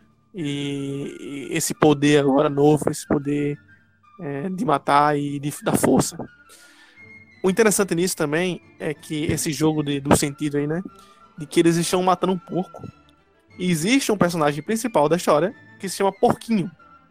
[SPEAKER 1] E esse poder agora novo, esse poder de matar e da força. O interessante nisso também é que esse jogo do sentido aí, né? De que eles estão matando um porco. E existe um personagem principal da história que se chama Porquinho.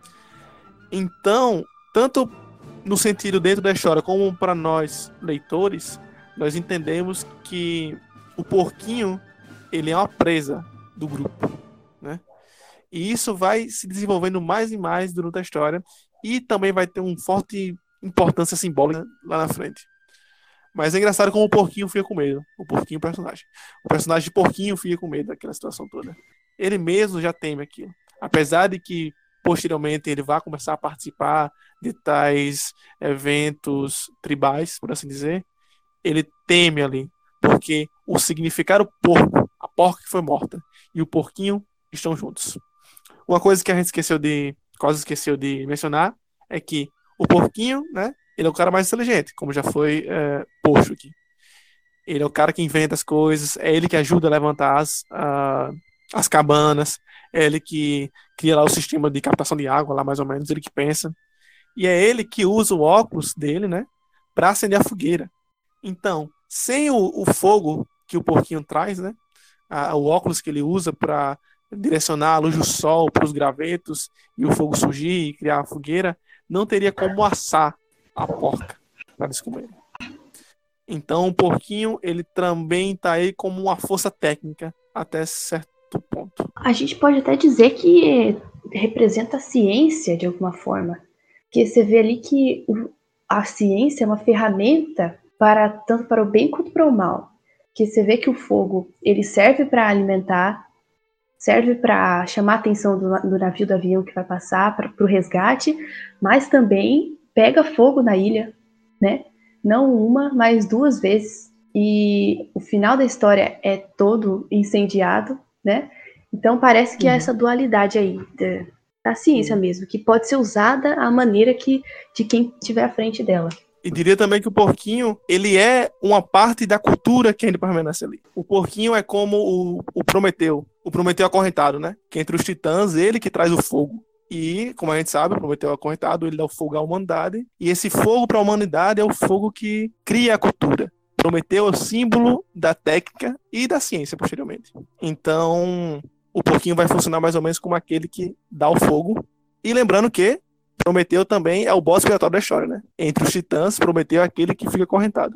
[SPEAKER 1] Então, tanto no sentido dentro da história como para nós leitores, nós entendemos que o porquinho ele é uma presa do grupo, né? E isso vai se desenvolvendo mais e mais durante a história e também vai ter uma forte importância simbólica lá na frente. Mas é engraçado como o porquinho fica com medo. O porquinho personagem. O personagem de porquinho fica com medo daquela situação toda. Ele mesmo já teme aquilo. Apesar de que posteriormente ele vai começar a participar de tais eventos tribais, por assim dizer, ele teme ali, porque o significado porco, a porca que foi morta, e o porquinho estão juntos. Uma coisa que a gente quase esqueceu de mencionar, é que o porquinho, né, ele é o cara mais inteligente, como já foi posto aqui. Ele é o cara que inventa as coisas, é ele que ajuda a levantar as cabanas, é ele que cria lá o sistema de captação de água, lá mais ou menos, ele que pensa. E é ele que usa o óculos dele, né, para acender a fogueira. Então, sem o fogo que o porquinho traz, né, o óculos que ele usa para direcionar a luz do sol para os gravetos e o fogo surgir e criar a fogueira, não teria como assar a porca para eles comerem. Então, o porquinho, ele também está aí como uma força técnica até certo ponto.
[SPEAKER 3] A gente pode até dizer que representa a ciência de alguma forma. Porque você vê ali que a ciência é uma ferramenta tanto para o bem quanto para o mal. Que você vê que o fogo ele serve para alimentar, serve para chamar a atenção do navio, do avião que vai passar, para o resgate, mas também pega fogo na ilha, né? Não uma, mas 2 vezes. E o final da história é todo incendiado, né? Então parece que é essa dualidade aí da ciência mesmo, que pode ser usada à maneira de quem estiver à frente dela.
[SPEAKER 1] E diria também que o porquinho, ele é uma parte da cultura que ainda permanece ali. O porquinho é como o Prometeu. O Prometeu acorrentado, né? Que entre os titãs, ele que traz o fogo. E, como a gente sabe, o Prometeu acorrentado, ele dá o fogo à humanidade. E esse fogo para a humanidade é o fogo que cria a cultura. Prometeu é o símbolo da técnica e da ciência, posteriormente. Então, o porquinho vai funcionar mais ou menos como aquele que dá o fogo. E lembrando que Prometeu também é o boss expiatório da história, né? Entre os titãs, Prometeu é aquele que fica acorrentado.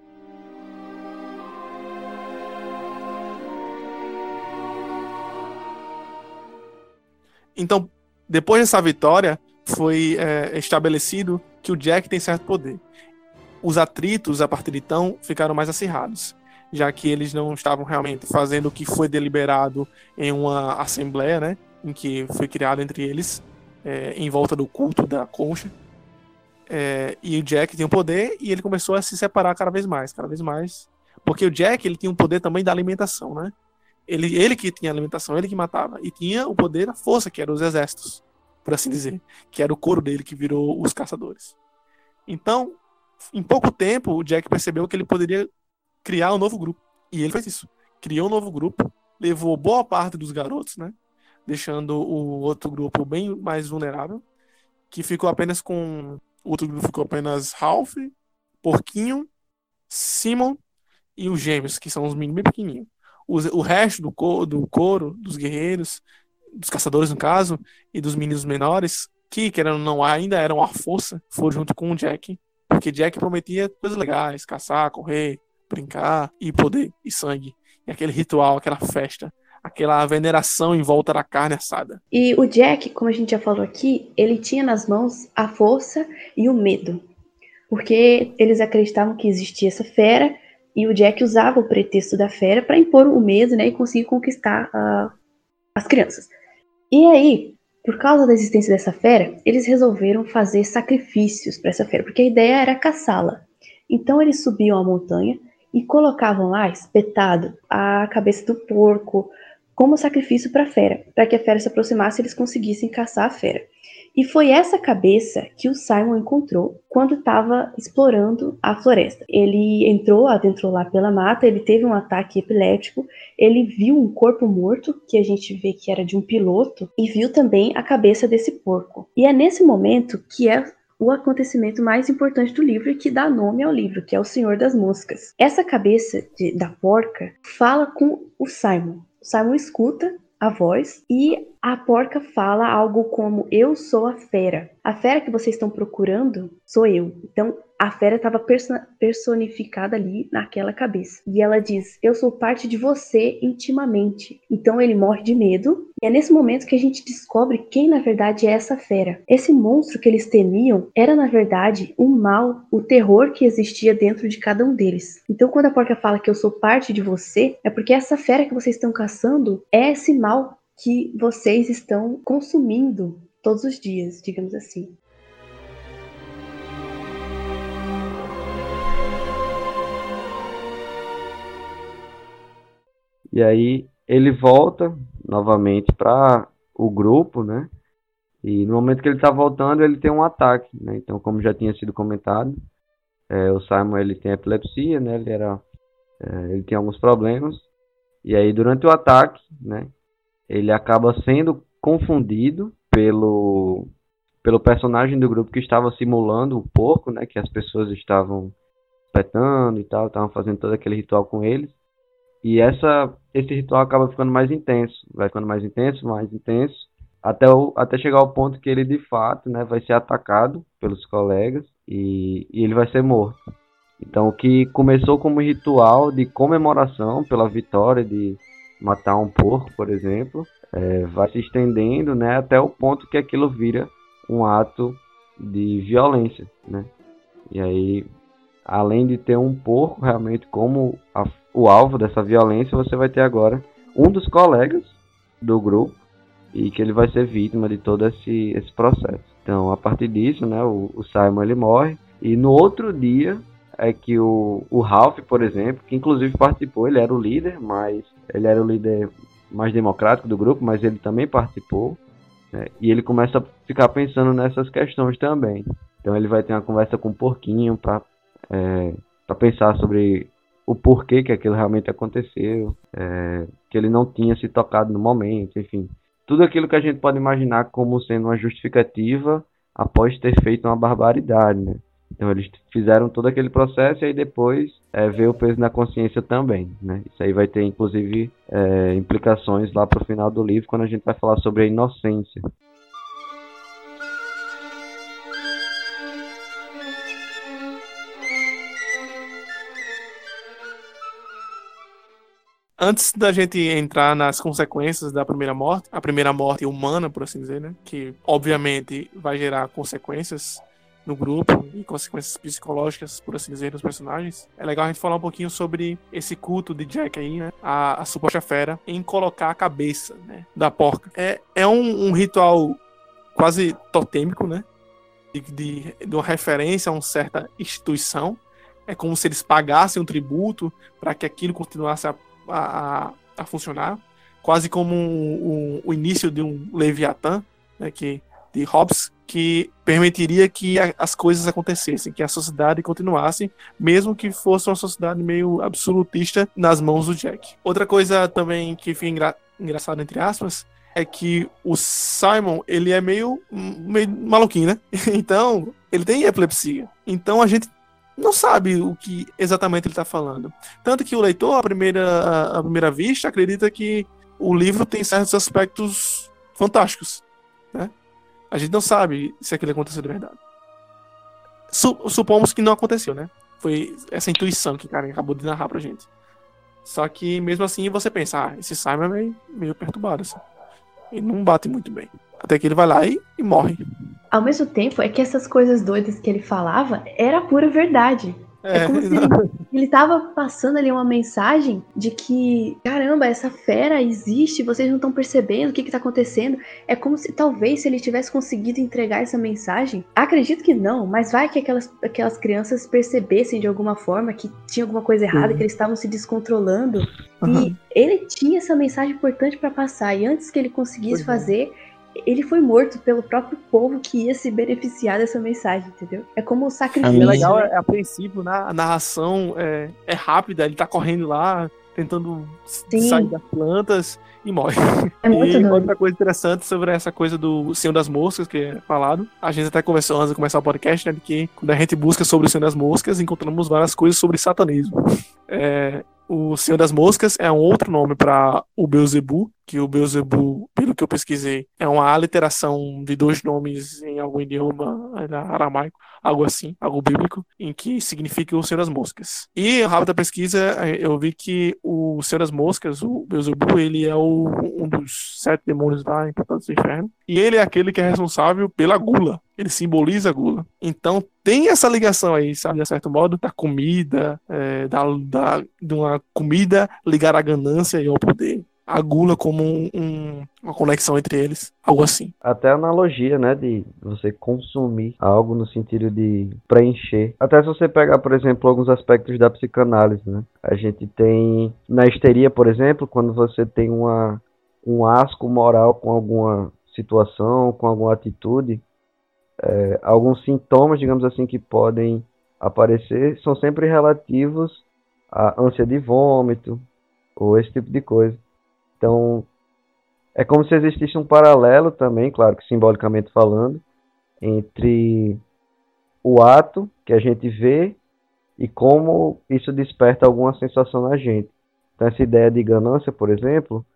[SPEAKER 1] Então, depois dessa vitória, foi estabelecido que o Jack tem certo poder. Os atritos, a partir de então, ficaram mais acirrados, já que eles não estavam realmente fazendo o que foi deliberado em uma assembleia, né? Em que foi criado entre eles, em volta do culto da concha. E o Jack tinha um poder e ele começou a se separar cada vez mais, porque o Jack ele tinha um poder também da alimentação, né? Ele que tinha alimentação, ele que matava, e tinha o poder da força, que eram os exércitos, por assim dizer, que era o couro dele que virou os caçadores. Então, em pouco tempo, o Jack percebeu que ele poderia criar um novo grupo, e ele fez isso, criou um novo grupo, levou boa parte dos garotos, né? Deixando o outro grupo bem mais vulnerável, que ficou apenas com... O outro grupo ficou apenas Ralph, Porquinho, Simon e os gêmeos, que são os meninos bem pequenininhos. O resto do coro, dos guerreiros, dos caçadores no caso, e dos meninos menores, que querendo ou não ainda eram a força, foram junto com o Jack Porque Jack prometia coisas legais, caçar, correr, brincar e poder e sangue. E aquele ritual, aquela festa, aquela veneração em volta da carne assada.
[SPEAKER 3] E o Jack, como a gente já falou aqui, ele tinha nas mãos a força e o medo. Porque eles acreditavam que existia essa fera e o Jack usava o pretexto da fera para impor o medo, né, e conseguir conquistar as crianças. E aí, por causa da existência dessa fera, eles resolveram fazer sacrifícios para essa fera, porque a ideia era caçá-la. Então eles subiam a montanha e colocavam lá, espetado, a cabeça do porco como sacrifício para a fera, para que a fera se aproximasse e eles conseguissem caçar a fera. E foi essa cabeça que o Simon encontrou quando estava explorando a floresta. Ele adentrou lá pela mata, ele teve um ataque epiléptico, ele viu um corpo morto, que a gente vê que era de um piloto, e viu também a cabeça desse porco. E é nesse momento que é o acontecimento mais importante do livro e que dá nome ao livro, que é o Senhor das Moscas. Essa cabeça da porca fala com o Simon. O Simon escuta a voz e a porca fala algo como: eu sou a fera. A fera que vocês estão procurando sou eu. Então a fera estava personificada ali naquela cabeça. E ela diz: eu sou parte de você intimamente. Então ele morre de medo. E é nesse momento que a gente descobre quem na verdade é essa fera. Esse monstro que eles temiam era na verdade o mal, o terror que existia dentro de cada um deles. Então quando a porca fala que eu sou parte de você, é porque essa fera que vocês estão caçando é esse mal que vocês estão consumindo todos os dias, digamos assim.
[SPEAKER 4] E aí ele volta novamente para o grupo, né? E no momento que ele está voltando, ele tem um ataque, né? Então, como já tinha sido comentado, o Simon ele tem epilepsia, né? Ele tem alguns problemas. E aí durante o ataque, né? Ele acaba sendo confundido pelo personagem do grupo que estava simulando o porco, né? Que as pessoas estavam espetando e tal, estavam fazendo todo aquele ritual com eles. E esse ritual acaba ficando mais intenso, vai ficando mais intenso, até chegar ao ponto que ele de fato, né, vai ser atacado pelos colegas e ele vai ser morto. Então, o que começou como ritual de comemoração pela vitória de matar um porco, por exemplo, vai se estendendo, né, até o ponto que aquilo vira um ato de violência, né? E aí, além de ter um porco realmente como o alvo dessa violência, você vai ter agora um dos colegas do grupo e que ele vai ser vítima de todo esse processo. Então, a partir disso, né, o Simon ele morre e no outro dia é que o Ralph, por exemplo, que inclusive participou, ele era o líder, mas ele era o líder mais democrático do grupo, mas ele também participou, né, e ele começa a ficar pensando nessas questões também. Então ele vai ter uma conversa com o porquinho para pensar sobre o porquê que aquilo realmente aconteceu, que ele não tinha se tocado no momento, enfim. Tudo aquilo que a gente pode imaginar como sendo uma justificativa após ter feito uma barbaridade, né? Então eles fizeram todo aquele processo e aí depois veio o peso na consciência também, né? Isso aí vai ter inclusive implicações lá para o final do livro, quando a gente vai falar sobre a inocência.
[SPEAKER 1] Antes da gente entrar nas consequências da primeira morte, a primeira morte humana, por assim dizer, né? Que obviamente vai gerar consequências no grupo e consequências psicológicas, por assim dizer, nos personagens. É legal a gente falar um pouquinho sobre esse culto de Jack aí, né? A suposta fera em colocar a cabeça, né, da porca. É um ritual quase totêmico, né? De uma referência a uma certa instituição. É como se eles pagassem um tributo para que aquilo continuasse a funcionar, quase como o início de um Leviatã, né, de Hobbes, que permitiria que as coisas acontecessem, que a sociedade continuasse, mesmo que fosse uma sociedade meio absolutista nas mãos do Jack. Outra coisa também que fica engraçada, entre aspas, é que o Simon, ele é meio maluquinho, né? Então, ele tem epilepsia. Então a gente não sabe o que exatamente ele está falando. Tanto que o leitor, à primeira vista, acredita que o livro tem certos aspectos fantásticos, né? A gente não sabe se aquilo aconteceu de verdade. supomos que não aconteceu, né? Foi essa intuição que o cara acabou de narrar pra gente. Só que mesmo assim você pensa, esse Simon é meio perturbado, assim. Ele não bate muito bem. Até que ele vai lá e morre.
[SPEAKER 3] Ao mesmo tempo, é que essas coisas doidas que ele falava era pura verdade. É como se ele tava passando ali uma mensagem de que, caramba, essa fera existe, vocês não estão percebendo o que tá acontecendo. É como se, talvez, se ele tivesse conseguido entregar essa mensagem, acredito que não, mas vai que aquelas crianças percebessem de alguma forma que tinha alguma coisa errada, que eles estavam se descontrolando. E ele tinha essa mensagem importante para passar, e antes que ele conseguisse fazer, ele foi morto pelo próprio povo que ia se beneficiar dessa mensagem, entendeu? É como o sacrifício.
[SPEAKER 1] É legal, a princípio, né? A narração é rápida, ele tá correndo lá, tentando sair das plantas e morre.
[SPEAKER 3] É muito doido.
[SPEAKER 1] Outra coisa interessante sobre essa coisa do Senhor das Moscas, que é falado, a gente até conversou antes de começar o podcast, né, de que quando a gente busca sobre o Senhor das Moscas, encontramos várias coisas sobre satanismo. O Senhor das Moscas é um outro nome para o Beelzebub, que o Beelzebub, pelo que eu pesquisei, é uma aliteração de dois nomes em algum idioma aramaico, algo assim, algo bíblico, em que significa o Senhor das Moscas. E, em rápida pesquisa, eu vi que o Senhor das Moscas, o Beelzebub, ele é um dos 7 demônios lá importados do inferno, e ele é aquele que é responsável pela gula. Ele simboliza a gula. Então tem essa ligação aí, sabe, de certo modo, da comida, de uma comida ligada à ganância e ao poder. A gula como uma conexão entre eles, algo assim.
[SPEAKER 4] Até a analogia, né, de você consumir algo no sentido de preencher. Até se você pegar, por exemplo, alguns aspectos da psicanálise, né? A gente tem, na histeria, por exemplo, quando você tem um asco moral com alguma situação, com alguma atitude, alguns sintomas, digamos assim, que podem aparecer são sempre relativos à ânsia de vômito ou esse tipo de coisa. Então, é como se existisse um paralelo também, claro que simbolicamente falando, entre o ato que a gente vê e como isso desperta alguma sensação na gente. Então, essa ideia de ganância, por exemplo,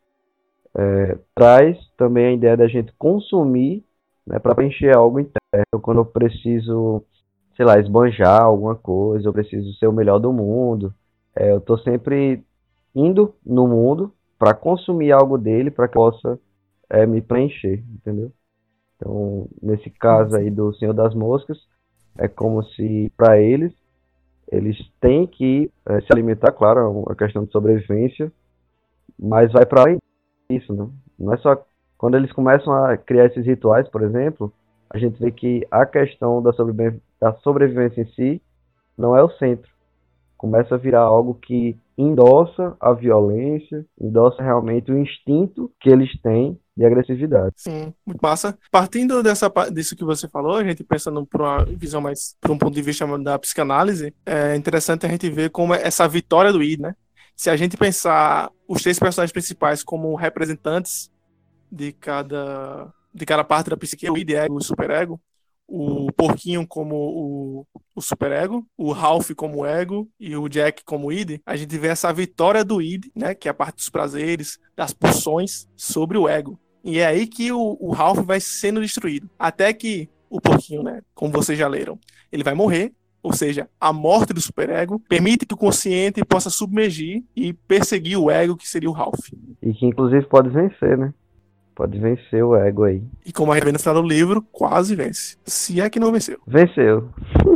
[SPEAKER 4] traz também a ideia da gente consumir, né, para preencher algo interno. Quando eu preciso, sei lá, esbanjar alguma coisa, eu preciso ser o melhor do mundo, eu estou sempre indo no mundo para consumir algo dele para que eu possa me preencher, entendeu? Então, nesse caso aí do Senhor das Moscas, é como se para eles têm que se alimentar, claro, a questão de sobrevivência, mas vai para além disso, né? Não é só quando eles começam a criar esses rituais, por exemplo, a gente vê que a questão da sobrevivência em si não é o centro. Começa a virar algo que endossa a violência, endossa realmente o instinto que eles têm de agressividade.
[SPEAKER 1] Sim, muito massa. Partindo disso que você falou, a gente pensando por uma visão mais, por um ponto de vista da psicanálise, é interessante a gente ver como essa vitória do id, né? Se a gente pensar os 3 personagens principais como representantes de cada parte da psique, o id, ego e o superego, o porquinho como o superego, o Ralph como ego e o Jack como id, a gente vê essa vitória do id, né, que é a parte dos prazeres, das pulsões sobre o ego. E é aí que o Ralph vai sendo destruído. Até que o porquinho, né, como vocês já leram, ele vai morrer. Ou seja, a morte do superego permite que o consciente possa submergir e perseguir o ego, que seria o Ralph.
[SPEAKER 4] E que inclusive pode vencer, né? Pode vencer o ego aí.
[SPEAKER 1] E como a gente vê no final do livro, quase vence. Se é que não venceu.
[SPEAKER 4] Venceu.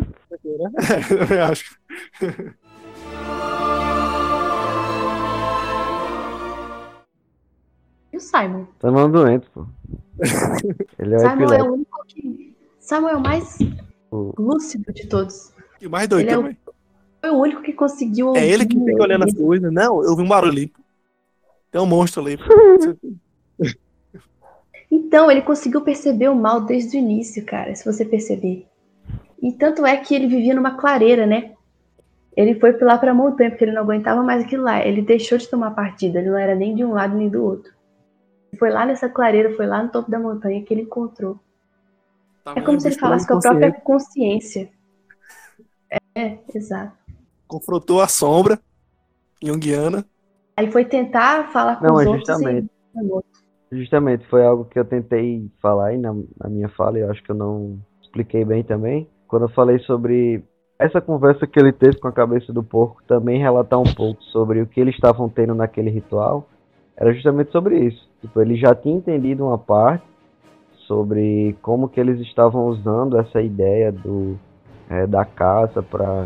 [SPEAKER 1] Eu acho.
[SPEAKER 3] E o Simon?
[SPEAKER 4] Tá não doente, pô. Ele é
[SPEAKER 3] Simon é o único que... Simon é o mais lúcido de todos.
[SPEAKER 1] E o mais doido também.
[SPEAKER 3] Foi o único que conseguiu ouvir.
[SPEAKER 1] É ele que fica olhando as coisas. Não, eu vi um barulho ali. Tem um monstro ali.
[SPEAKER 3] Então, ele conseguiu perceber o mal desde o início, cara, se você perceber. E tanto é que ele vivia numa clareira, né? Ele foi lá pra montanha, porque ele não aguentava mais aquilo lá. Ele deixou de tomar partida, ele não era nem de um lado nem do outro. Foi lá nessa clareira, foi lá no topo da montanha que ele encontrou. É como se ele falasse com a própria consciência. Exato.
[SPEAKER 1] Confrontou a sombra junguiana.
[SPEAKER 3] Aí foi tentar falar com os outros.
[SPEAKER 4] Justamente, foi algo que eu tentei falar aí na minha fala, e eu acho que eu não expliquei bem também. quando eu falei sobre essa conversa que ele teve com a cabeça do porco, também relatar um pouco sobre o que eles estavam tendo naquele ritual, era justamente sobre isso. Tipo, ele já tinha entendido uma parte sobre como que eles estavam usando essa ideia da caça para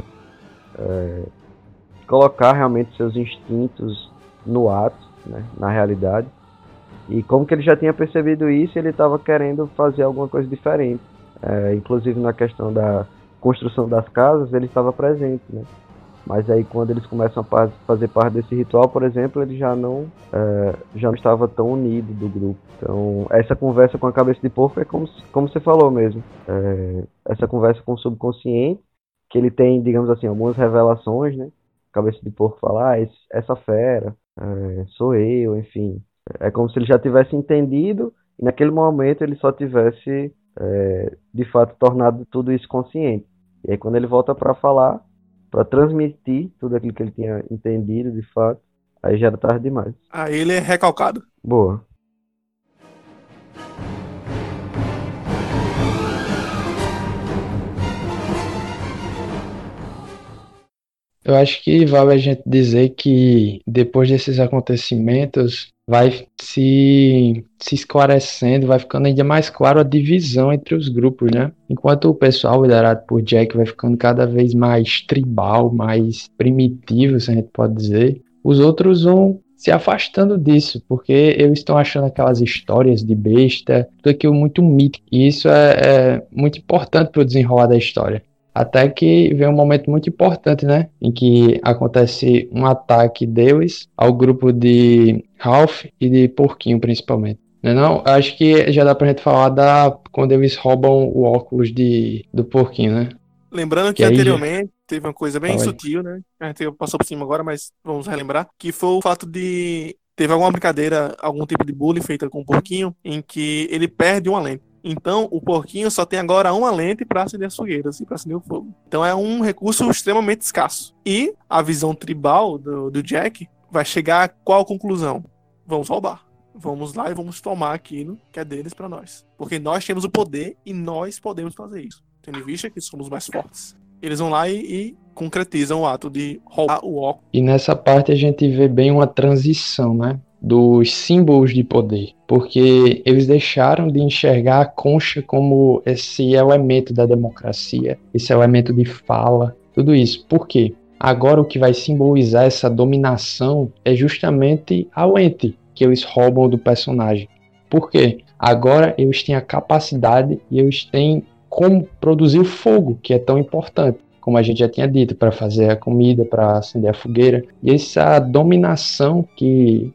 [SPEAKER 4] colocar realmente seus instintos no ato, né, na realidade. E como que ele já tinha percebido isso, ele estava querendo fazer alguma coisa diferente. Inclusive na questão da construção das casas, ele estava presente, né? Mas aí quando eles começam a fazer parte desse ritual, por exemplo, ele já não estava tão unido do grupo. Então, essa conversa com a cabeça de porco é como você falou mesmo. Essa conversa com o subconsciente, que ele tem, digamos assim, algumas revelações, né? A cabeça de porco fala, essa fera, sou eu, enfim. É como se ele já tivesse entendido e naquele momento ele só tivesse, de fato, tornado tudo isso consciente. E aí quando ele volta para falar, para transmitir tudo aquilo que ele tinha entendido, de fato, aí já era tarde demais.
[SPEAKER 1] Aí ele é recalcado.
[SPEAKER 4] Boa.
[SPEAKER 2] Eu acho que vale a gente dizer que depois desses acontecimentos vai se esclarecendo, vai ficando ainda mais claro a divisão entre os grupos, né? Enquanto o pessoal liderado por Jack vai ficando cada vez mais tribal, mais primitivo, se a gente pode dizer, os outros vão se afastando disso, porque eles estão achando aquelas histórias de besta, tudo aquilo muito mítico, e isso é muito importante para o desenrolar da história. Até que vem um momento muito importante, né? Em que acontece um ataque deles ao grupo de Ralph e de Porquinho, principalmente. Não? Acho que já dá pra gente falar quando eles roubam o óculos do Porquinho, né?
[SPEAKER 1] Lembrando que anteriormente teve uma coisa bem sutil, né? A gente passou por cima agora, mas vamos relembrar. Que foi o fato de... Teve alguma brincadeira, algum tipo de bullying feita com o Porquinho, em que ele perde uma lente. Então, o Porquinho só tem agora uma lente para acender as fogueiras e para acender o fogo. Então, é um recurso extremamente escasso. E a visão tribal do Jack vai chegar a qual conclusão? Vamos roubar. Vamos lá e vamos tomar aquilo que é deles para nós. Porque nós temos o poder e nós podemos fazer isso. Tendo em vista que somos mais fortes. Eles vão lá e concretizam o ato de roubar o óculos.
[SPEAKER 2] E nessa parte a gente vê bem uma transição, né? Dos símbolos de poder, porque eles deixaram de enxergar a concha como esse elemento da democracia, esse elemento de fala, tudo isso. Por quê? Agora o que vai simbolizar essa dominação é justamente a lente que eles roubam do personagem. Por quê? Agora eles têm a capacidade e eles têm como produzir o fogo, que é tão importante, como a gente já tinha dito, para fazer a comida, para acender a fogueira. E essa dominação que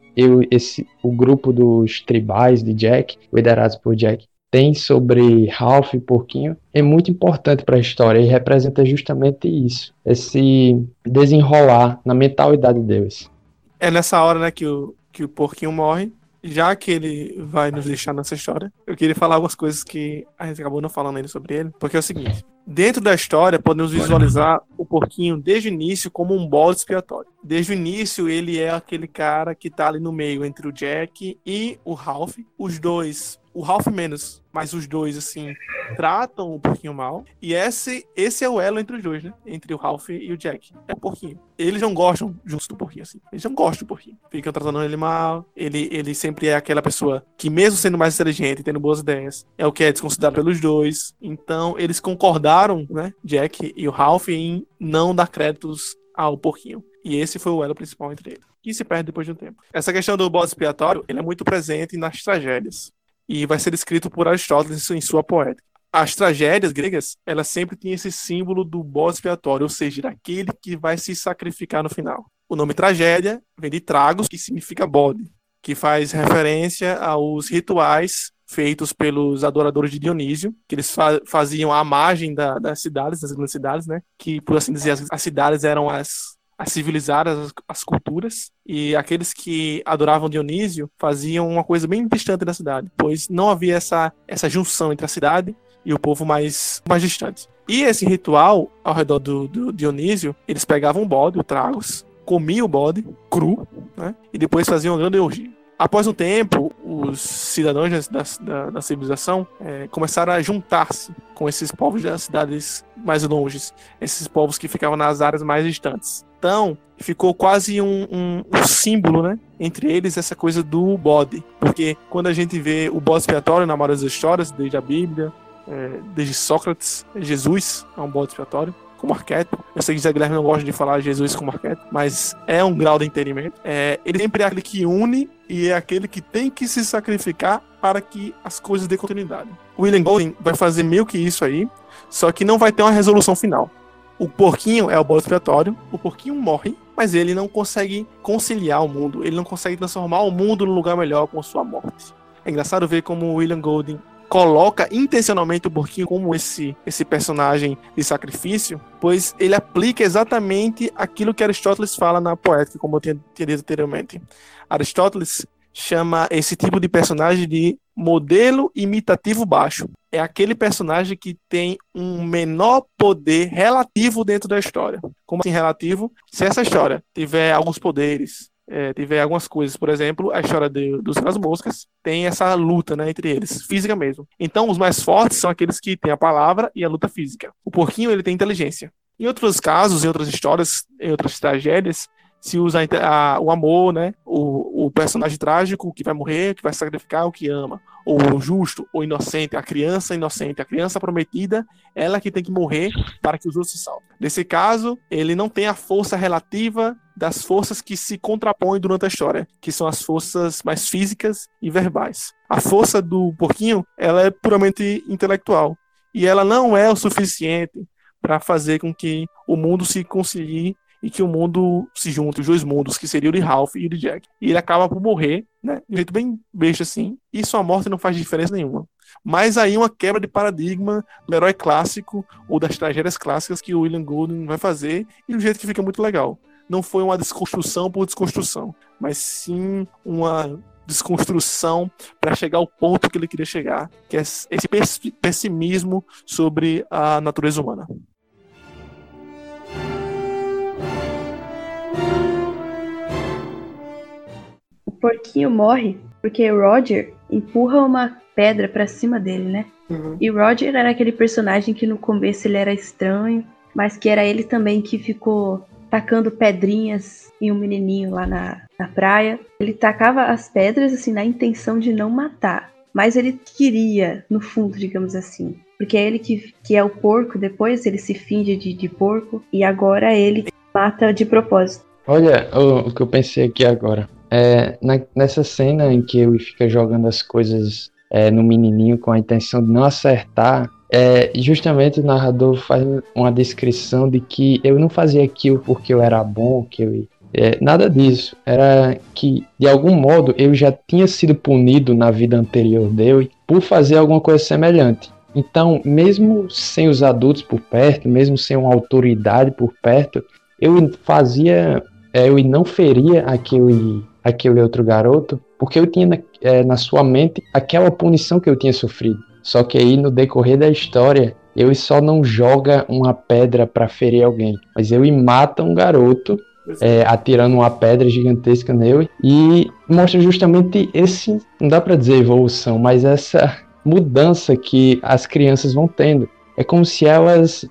[SPEAKER 2] o grupo dos tribais de Jack, liderados por Jack, tem sobre Ralph e Porquinho, é muito importante para a história e representa justamente isso, esse desenrolar na mentalidade deles.
[SPEAKER 1] É nessa hora, né, que o Porquinho morre. Já que ele vai nos deixar nessa história, eu queria falar algumas coisas que a gente acabou não falando ainda sobre ele, porque é o seguinte: dentro da história, podemos visualizar o Porquinho desde o início como um bode expiatório. Desde o início, ele é aquele cara que tá ali no meio entre o Jack e o Ralph. Os dois, o Ralph menos, mas os dois, assim, tratam o Porquinho mal. E esse é o elo entre os dois, né? Entre o Ralph e o Jack. É o Porquinho. Eles não gostam juntos do Porquinho, assim. Eles não gostam do Porquinho. Ficam tratando ele mal. Ele sempre é aquela pessoa que, mesmo sendo mais inteligente e tendo boas ideias, é o que é desconsiderado pelos dois. Então, eles concordaram, né? Jack e o Ralph, em não dar créditos ao Porquinho. E esse foi o elo principal entre eles, que se perde depois de um tempo. Essa questão do bode expiatório, ele é muito presente nas tragédias. E vai ser descrito por Aristóteles em sua poética. As tragédias gregas, elas sempre têm esse símbolo do bode expiatório, ou seja, daquele que vai se sacrificar no final. O nome tragédia vem de tragos, que significa bode, que faz referência aos rituais feitos pelos adoradores de Dionísio, que eles faziam à margem das cidades, das grandes cidades, né? Que, por assim dizer, as cidades eram as civilizadas, as culturas, e aqueles que adoravam Dionísio faziam uma coisa bem distante da cidade, pois não havia essa junção entre a cidade e o povo mais distante. E esse ritual, ao redor do Dionísio, eles pegavam o bode, o tragos, comiam o bode cru, né? E depois faziam uma grande orgia. Após um tempo, os cidadãos da civilização começaram a juntar-se com esses povos das cidades mais longes, esses povos que ficavam nas áreas mais distantes. Então, ficou quase um símbolo, né, entre eles, essa coisa do bode. Porque quando a gente vê o bode expiatório na maioria das histórias, desde a Bíblia, desde Sócrates, Jesus é um bode expiatório, como arquétipo. Eu sei que Zé Guilherme não gosta de falar Jesus como arquétipo, mas é um grau de entendimento. Ele sempre é aquele que une e é aquele que tem que se sacrificar para que as coisas dêem continuidade. O William Golding vai fazer meio que isso aí, só que não vai ter uma resolução final. O porquinho é o bode expiatório, o porquinho morre, mas ele não consegue conciliar o mundo, ele não consegue transformar o mundo num lugar melhor com sua morte. É engraçado ver como o William Golding coloca intencionalmente o porquinho como esse personagem de sacrifício, pois ele aplica exatamente aquilo que Aristóteles fala na Poética, como eu tinha dito anteriormente. Aristóteles chama esse tipo de personagem de modelo imitativo baixo. É aquele personagem que tem um menor poder relativo dentro da história. Como assim relativo? Se essa história tiver alguns poderes, tiver algumas coisas, por exemplo, a história dos As Moscas tem essa luta, né, entre eles, física mesmo. Então, os mais fortes são aqueles que têm a palavra e a luta física. O porquinho, ele tem inteligência. Em outros casos, em outras histórias, em outras tragédias, se usa o amor, né, o personagem trágico que vai morrer, que vai sacrificar o que ama, ou o justo, ou inocente, a criança prometida, ela que tem que morrer para que os outros se salvem. Nesse caso, ele não tem a força relativa das forças que se contrapõem durante a história, que são as forças mais físicas e verbais. A força do porquinho, ela é puramente intelectual, e ela não é o suficiente para fazer com que o mundo se concilie e que o mundo se junte, os dois mundos, que seria o de Ralph e o de Jack. E ele acaba por morrer, né, de um jeito bem besta assim, e sua morte não faz diferença nenhuma. Mas aí uma quebra de paradigma do herói clássico, ou das tragédias clássicas que o William Golding vai fazer, e do jeito que fica muito legal. Não foi uma desconstrução por desconstrução, mas sim uma desconstrução para chegar ao ponto que ele queria chegar, que é esse pessimismo sobre a natureza humana.
[SPEAKER 3] O porquinho morre porque Roger empurra uma pedra pra cima dele, né?
[SPEAKER 1] Uhum.
[SPEAKER 3] E Roger era aquele personagem que no começo ele era estranho, mas que era ele também que ficou tacando pedrinhas em um menininho lá na praia. Ele tacava as pedras assim na intenção de não matar, mas ele queria, no fundo, digamos assim. Porque é ele que é o porco, depois ele se finge de porco, e agora ele mata de propósito.
[SPEAKER 2] Olha o que eu pensei aqui agora. Nessa cena em que ele fica jogando as coisas no menininho com a intenção de não acertar, justamente o narrador faz uma descrição de que eu não fazia aquilo porque eu era bom, nada disso. Era que, de algum modo, eu já tinha sido punido na vida anterior dele por fazer alguma coisa semelhante. Então, mesmo sem os adultos por perto, mesmo sem uma autoridade por perto, eu não feria aquele outro garoto, porque eu tinha na sua mente aquela punição que eu tinha sofrido. Só que aí, no decorrer da história, ele só não joga uma pedra para ferir alguém, mas ele mata um garoto atirando uma pedra gigantesca nele, e mostra justamente não dá para dizer evolução, mas essa mudança que as crianças vão tendo. É como se elas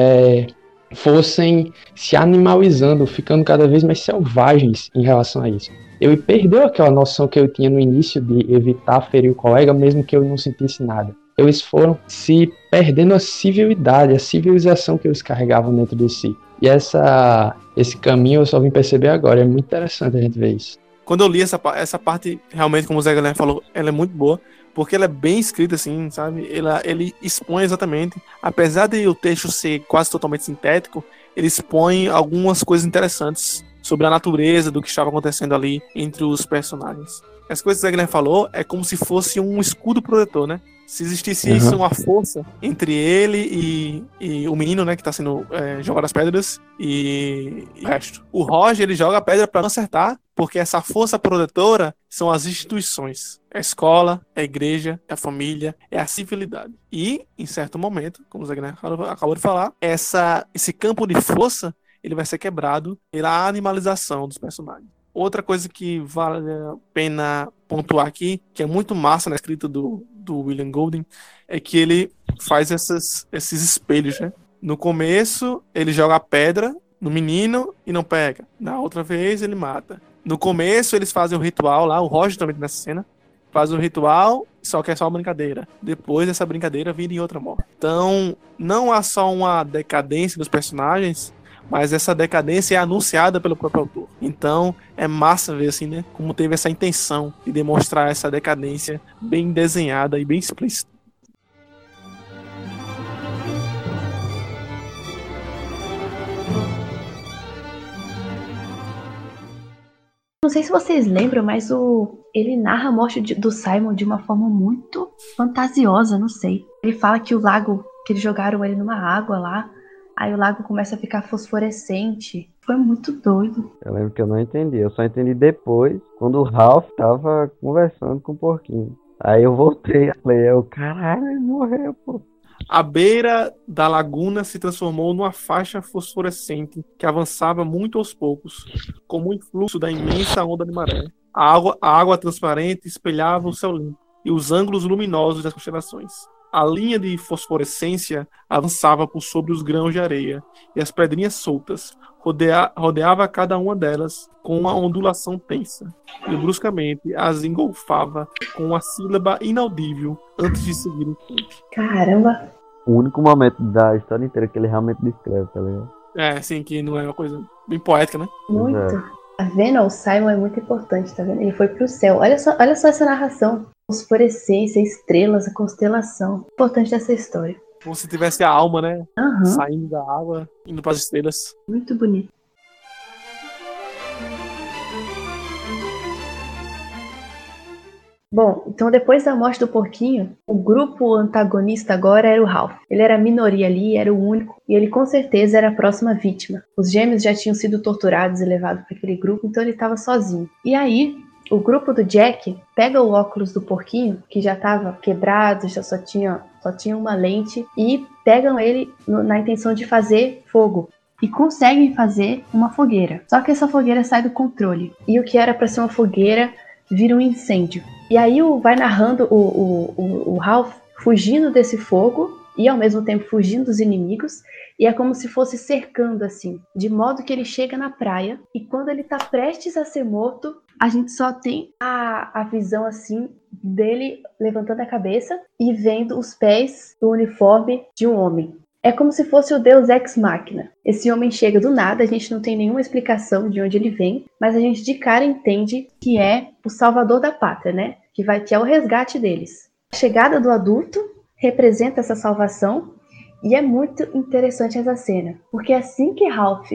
[SPEAKER 2] fossem se animalizando, ficando cada vez mais selvagens em relação a isso. Ele perdeu aquela noção que eu tinha no início de evitar ferir o colega, mesmo que eu não sentisse nada. Eles foram se perdendo a civilidade, a civilização que eles carregavam dentro de si. E esse caminho eu só vim perceber agora. É muito interessante a gente ver isso.
[SPEAKER 1] Quando eu li essa parte, realmente, como o Zé Guilherme falou, ela é muito boa, porque ela é bem escrita, assim, sabe? Ele expõe exatamente, apesar de o texto ser quase totalmente sintético, ele expõe algumas coisas interessantes sobre a natureza do que estava acontecendo ali entre os personagens. As coisas que o Zé Guilherme falou é como se fosse um escudo protetor, né? Se existisse uma força entre ele e o menino, né, que tá sendo jogado as pedras, e o resto. O Roger, ele joga a pedra para não acertar, porque essa força protetora são as instituições. É a escola, é a igreja, é a família, é a civilidade. E, em certo momento, como o Zé Guilherme acabou de falar, esse campo de força, ele vai ser quebrado pela animalização dos personagens. Outra coisa que vale a pena pontuar aqui, que é muito massa na escrita do William Golding, é que ele faz esses espelhos, né? No começo, ele joga a pedra no menino e não pega. Na outra vez, ele mata. No começo, eles fazem o ritual lá, o Roger também nessa cena, faz o ritual, só que é só uma brincadeira. Depois, essa brincadeira vira em outra morte. Então, não há só uma decadência dos personagens, mas essa decadência é anunciada pelo próprio autor. Então, é massa ver assim, né, como teve essa intenção de demonstrar essa decadência bem desenhada e bem explícita.
[SPEAKER 3] Não sei se vocês lembram, mas ele narra a morte do Simon de uma forma muito fantasiosa, não sei. Ele fala que o lago, que eles jogaram ele numa água lá, aí o lago começa a ficar fosforescente. Foi muito doido.
[SPEAKER 4] Eu lembro que eu não entendi. Eu só entendi depois, quando o Ralph tava conversando com o porquinho. Aí eu voltei e falei, caralho, ele morreu, pô.
[SPEAKER 1] A beira da laguna se transformou numa faixa fosforescente que avançava muito aos poucos, como o influxo da imensa onda de maré. A água transparente espelhava o céu limpo e os ângulos luminosos das constelações. A linha de fosforescência avançava por sobre os grãos de areia e as pedrinhas soltas rodeava cada uma delas com uma ondulação tensa e bruscamente as engolfava com uma sílaba inaudível antes de seguir em frente.
[SPEAKER 3] Caramba!
[SPEAKER 4] O único momento da história inteira que ele realmente descreve, tá ligado?
[SPEAKER 1] É, sim, que não é uma coisa bem poética, né?
[SPEAKER 3] Muito.
[SPEAKER 4] É.
[SPEAKER 3] Tá vendo? O Simon é muito importante, tá vendo? Ele foi pro céu. Olha só essa narração. Fosforescência, estrelas, a constelação. Importante dessa história.
[SPEAKER 1] Como se tivesse a alma, né?
[SPEAKER 3] Aham.
[SPEAKER 1] Saindo da água, indo para as estrelas.
[SPEAKER 3] Muito bonito. Bom, então depois da morte do porquinho, o grupo antagonista agora era o Ralph. Ele era a minoria ali, era o único, e ele com certeza era a próxima vítima. Os gêmeos já tinham sido torturados e levados para aquele grupo, então ele estava sozinho. E aí, o grupo do Jack pega o óculos do porquinho, que já estava quebrado, já só tinha uma lente, e pegam ele na intenção de fazer fogo. E conseguem fazer uma fogueira. Só que essa fogueira sai do controle. E o que era para ser uma fogueira vira um incêndio. E aí vai narrando o Ralph fugindo desse fogo e ao mesmo tempo fugindo dos inimigos. E é como se fosse cercando assim, de modo que ele chega na praia e quando ele tá prestes a ser morto, a gente só tem a visão assim dele levantando a cabeça e vendo os pés do uniforme de um homem. É como se fosse o Deus Ex Machina. Esse homem chega do nada, a gente não tem nenhuma explicação de onde ele vem, mas a gente de cara entende que é o salvador da pátria, né? Que é o resgate deles. A chegada do adulto representa essa salvação e é muito interessante essa cena, porque assim que Ralph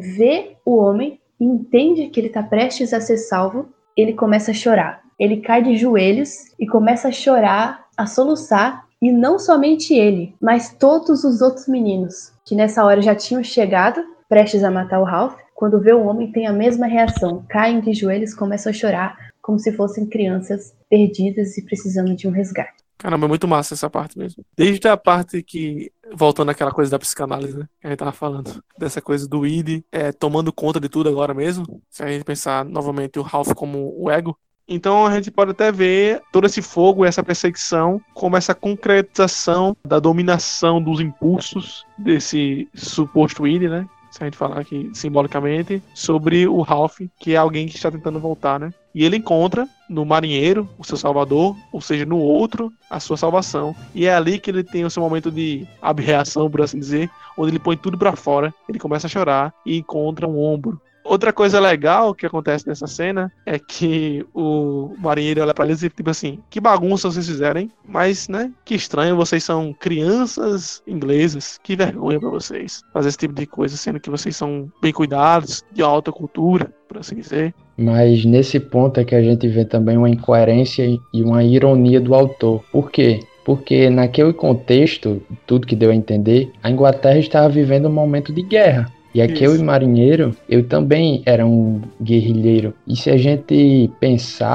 [SPEAKER 3] vê o homem e entende que ele está prestes a ser salvo, ele começa a chorar. Ele cai de joelhos e começa a chorar, a soluçar. E não somente ele, mas todos os outros meninos, que nessa hora já tinham chegado, prestes a matar o Ralph, quando vê o homem tem a mesma reação, caem de joelhos, começam a chorar, como se fossem crianças perdidas e precisando de um resgate.
[SPEAKER 1] Caramba, é muito massa essa parte mesmo. Desde a parte que, voltando àquela coisa da psicanálise, né, que a gente tava falando, dessa coisa do id, tomando conta de tudo agora mesmo, se a gente pensar novamente o Ralph como o ego, então a gente pode até ver todo esse fogo, essa perseguição, como essa concretização da dominação dos impulsos desse suposto id, né? Se a gente falar aqui simbolicamente, sobre o Ralph, que é alguém que está tentando voltar, né? E ele encontra no marinheiro o seu salvador, ou seja, no outro, a sua salvação. E é ali que ele tem o seu momento de abreação, por assim dizer, onde ele põe tudo pra fora, ele começa a chorar e encontra um ombro. Outra coisa legal que acontece nessa cena é que o marinheiro olha pra eles e tipo assim, que bagunça vocês fizerem, mas, né, que estranho, vocês são crianças inglesas, que vergonha pra vocês fazer esse tipo de coisa, sendo que vocês são bem cuidados, de alta cultura, por assim dizer.
[SPEAKER 2] Mas nesse ponto é que a gente vê também uma incoerência e uma ironia do autor. Por quê? Porque naquele contexto, tudo que deu a entender, a Inglaterra estava vivendo um momento de guerra. E aquele marinheiro, eu também era um guerrilheiro. E se a gente pensar,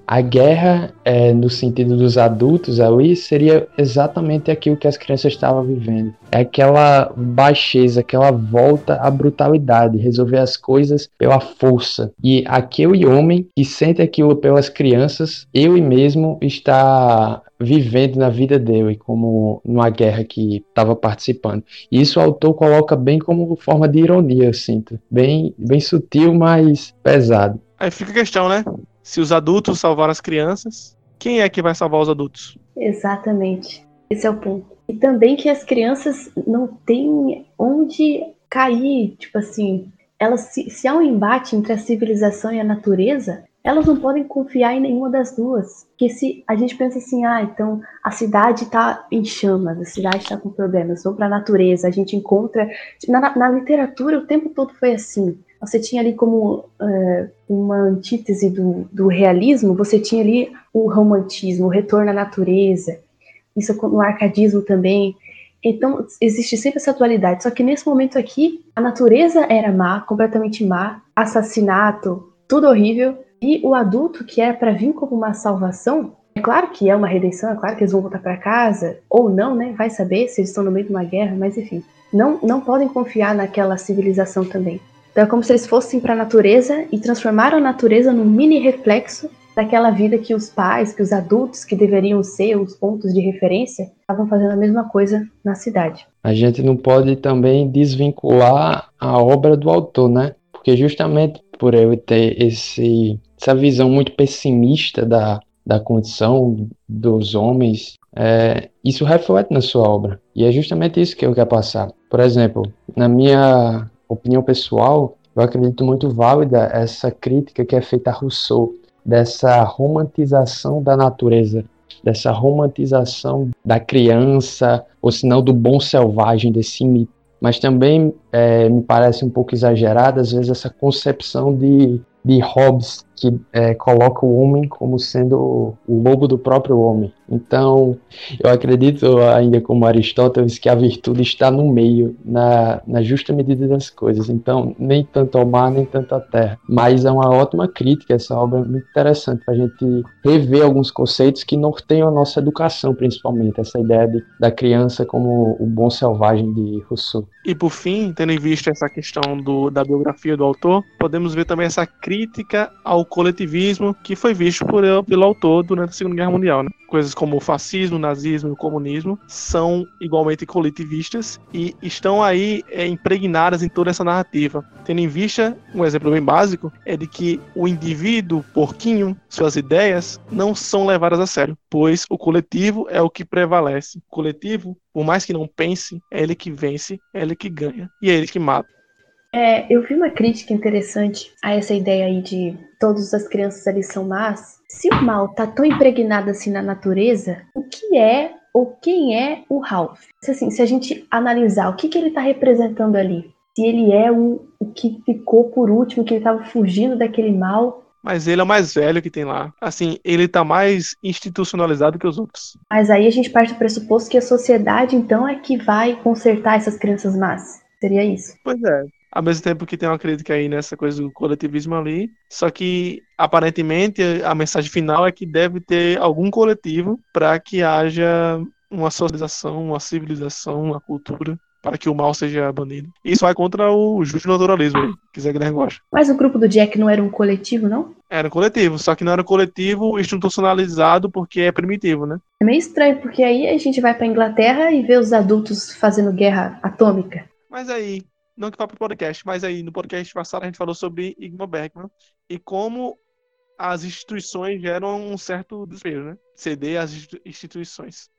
[SPEAKER 2] A guerra, no sentido dos adultos ali, seria exatamente aquilo que as crianças estavam vivendo. É aquela baixeza, aquela volta à brutalidade, resolver as coisas pela força. E aquele homem que sente aquilo pelas crianças, ele mesmo está vivendo na vida dele, como numa guerra que estava participando. E isso o autor coloca bem como forma de ironia, eu sinto. Bem sutil, mas pesado.
[SPEAKER 1] Aí fica a questão, né? Se os adultos salvaram as crianças, quem é que vai salvar os adultos?
[SPEAKER 3] Exatamente. Esse é o ponto. E também que as crianças não têm onde cair. Tipo assim, elas, se há um embate entre a civilização e a natureza, elas não podem confiar em nenhuma das duas. Porque se a gente pensa assim, então a cidade está em chamas, a cidade está com problemas, vamos para a natureza, a gente encontra... Na literatura o tempo todo foi assim. Você tinha ali como uma antítese do realismo, você tinha ali o romantismo, o retorno à natureza, isso no arcadismo também. Então, existe sempre essa dualidade. Só que nesse momento aqui, a natureza era má, completamente má, assassinato, tudo horrível, e o adulto, que era para vir como uma salvação, é claro que é uma redenção, é claro que eles vão voltar para casa, ou não, né? Vai saber se eles estão no meio de uma guerra, mas enfim. Não podem confiar naquela civilização também. Então é como se eles fossem para a natureza e transformaram a natureza num mini reflexo daquela vida que os pais, que os adultos, que deveriam ser os pontos de referência, estavam fazendo a mesma coisa na cidade.
[SPEAKER 2] A gente não pode também desvincular a obra do autor, né? Porque justamente por ele ter essa visão muito pessimista da condição dos homens, isso reflete na sua obra. E é justamente isso que eu quero passar. Por exemplo, na minha opinião pessoal, eu acredito muito válida essa crítica que é feita a Rousseau, dessa romantização da natureza, dessa romantização da criança, ou se não do bom selvagem, desse mito. Mas também me parece um pouco exagerada, às vezes, essa concepção de Hobbes, que coloca o homem como sendo o lobo do próprio homem. Então, eu acredito, ainda como Aristóteles, que a virtude está no meio, na justa medida das coisas. Então, nem tanto ao mar, nem tanto à terra. Mas é uma ótima crítica, essa obra é muito interessante para a gente rever alguns conceitos que norteiam a nossa educação, principalmente. Essa ideia da criança como o bom selvagem de Rousseau.
[SPEAKER 1] E por fim, tendo em vista essa questão da biografia do autor, podemos ver também essa crítica ao coletivismo que foi visto pelo autor durante a Segunda Guerra Mundial, né? Coisas como o fascismo, o nazismo e o comunismo são igualmente coletivistas e estão aí impregnadas em toda essa narrativa. Tendo em vista, um exemplo bem básico, é de que o indivíduo porquinho, suas ideias, não são levadas a sério, pois o coletivo é o que prevalece. O coletivo, por mais que não pense, é ele que vence, é ele que ganha e é ele que mata.
[SPEAKER 3] Eu vi uma crítica interessante a essa ideia aí de todas as crianças ali são más. Se o mal tá tão impregnado assim na natureza, o que é ou quem é o Ralph? Assim, se a gente analisar o que ele tá representando ali, se ele é o que ficou por último, que ele tava fugindo daquele mal.
[SPEAKER 1] Mas ele é o mais velho que tem lá. Assim, ele tá mais institucionalizado que os outros.
[SPEAKER 3] Mas aí a gente parte do pressuposto que a sociedade, então, é que vai consertar essas crianças más. Seria isso?
[SPEAKER 1] Pois é. Ao mesmo tempo que tem uma crítica aí nessa coisa do coletivismo ali, só que aparentemente a mensagem final é que deve ter algum coletivo para que haja uma socialização, uma civilização, uma cultura, para que o mal seja banido. Isso vai contra o justo naturalismo aí, que Zé Guilherme gosta.
[SPEAKER 3] Mas o grupo do Jack não era um coletivo, não?
[SPEAKER 1] Era um coletivo, só que não era um coletivo institucionalizado porque é primitivo, né?
[SPEAKER 3] É meio estranho, porque aí a gente vai pra Inglaterra e vê os adultos fazendo guerra atômica.
[SPEAKER 1] Mas aí, não que vá pro podcast, mas aí no podcast passado a gente falou sobre Ingmar Bergman e como as instituições geram um certo desespero, né? Ceder às instituições,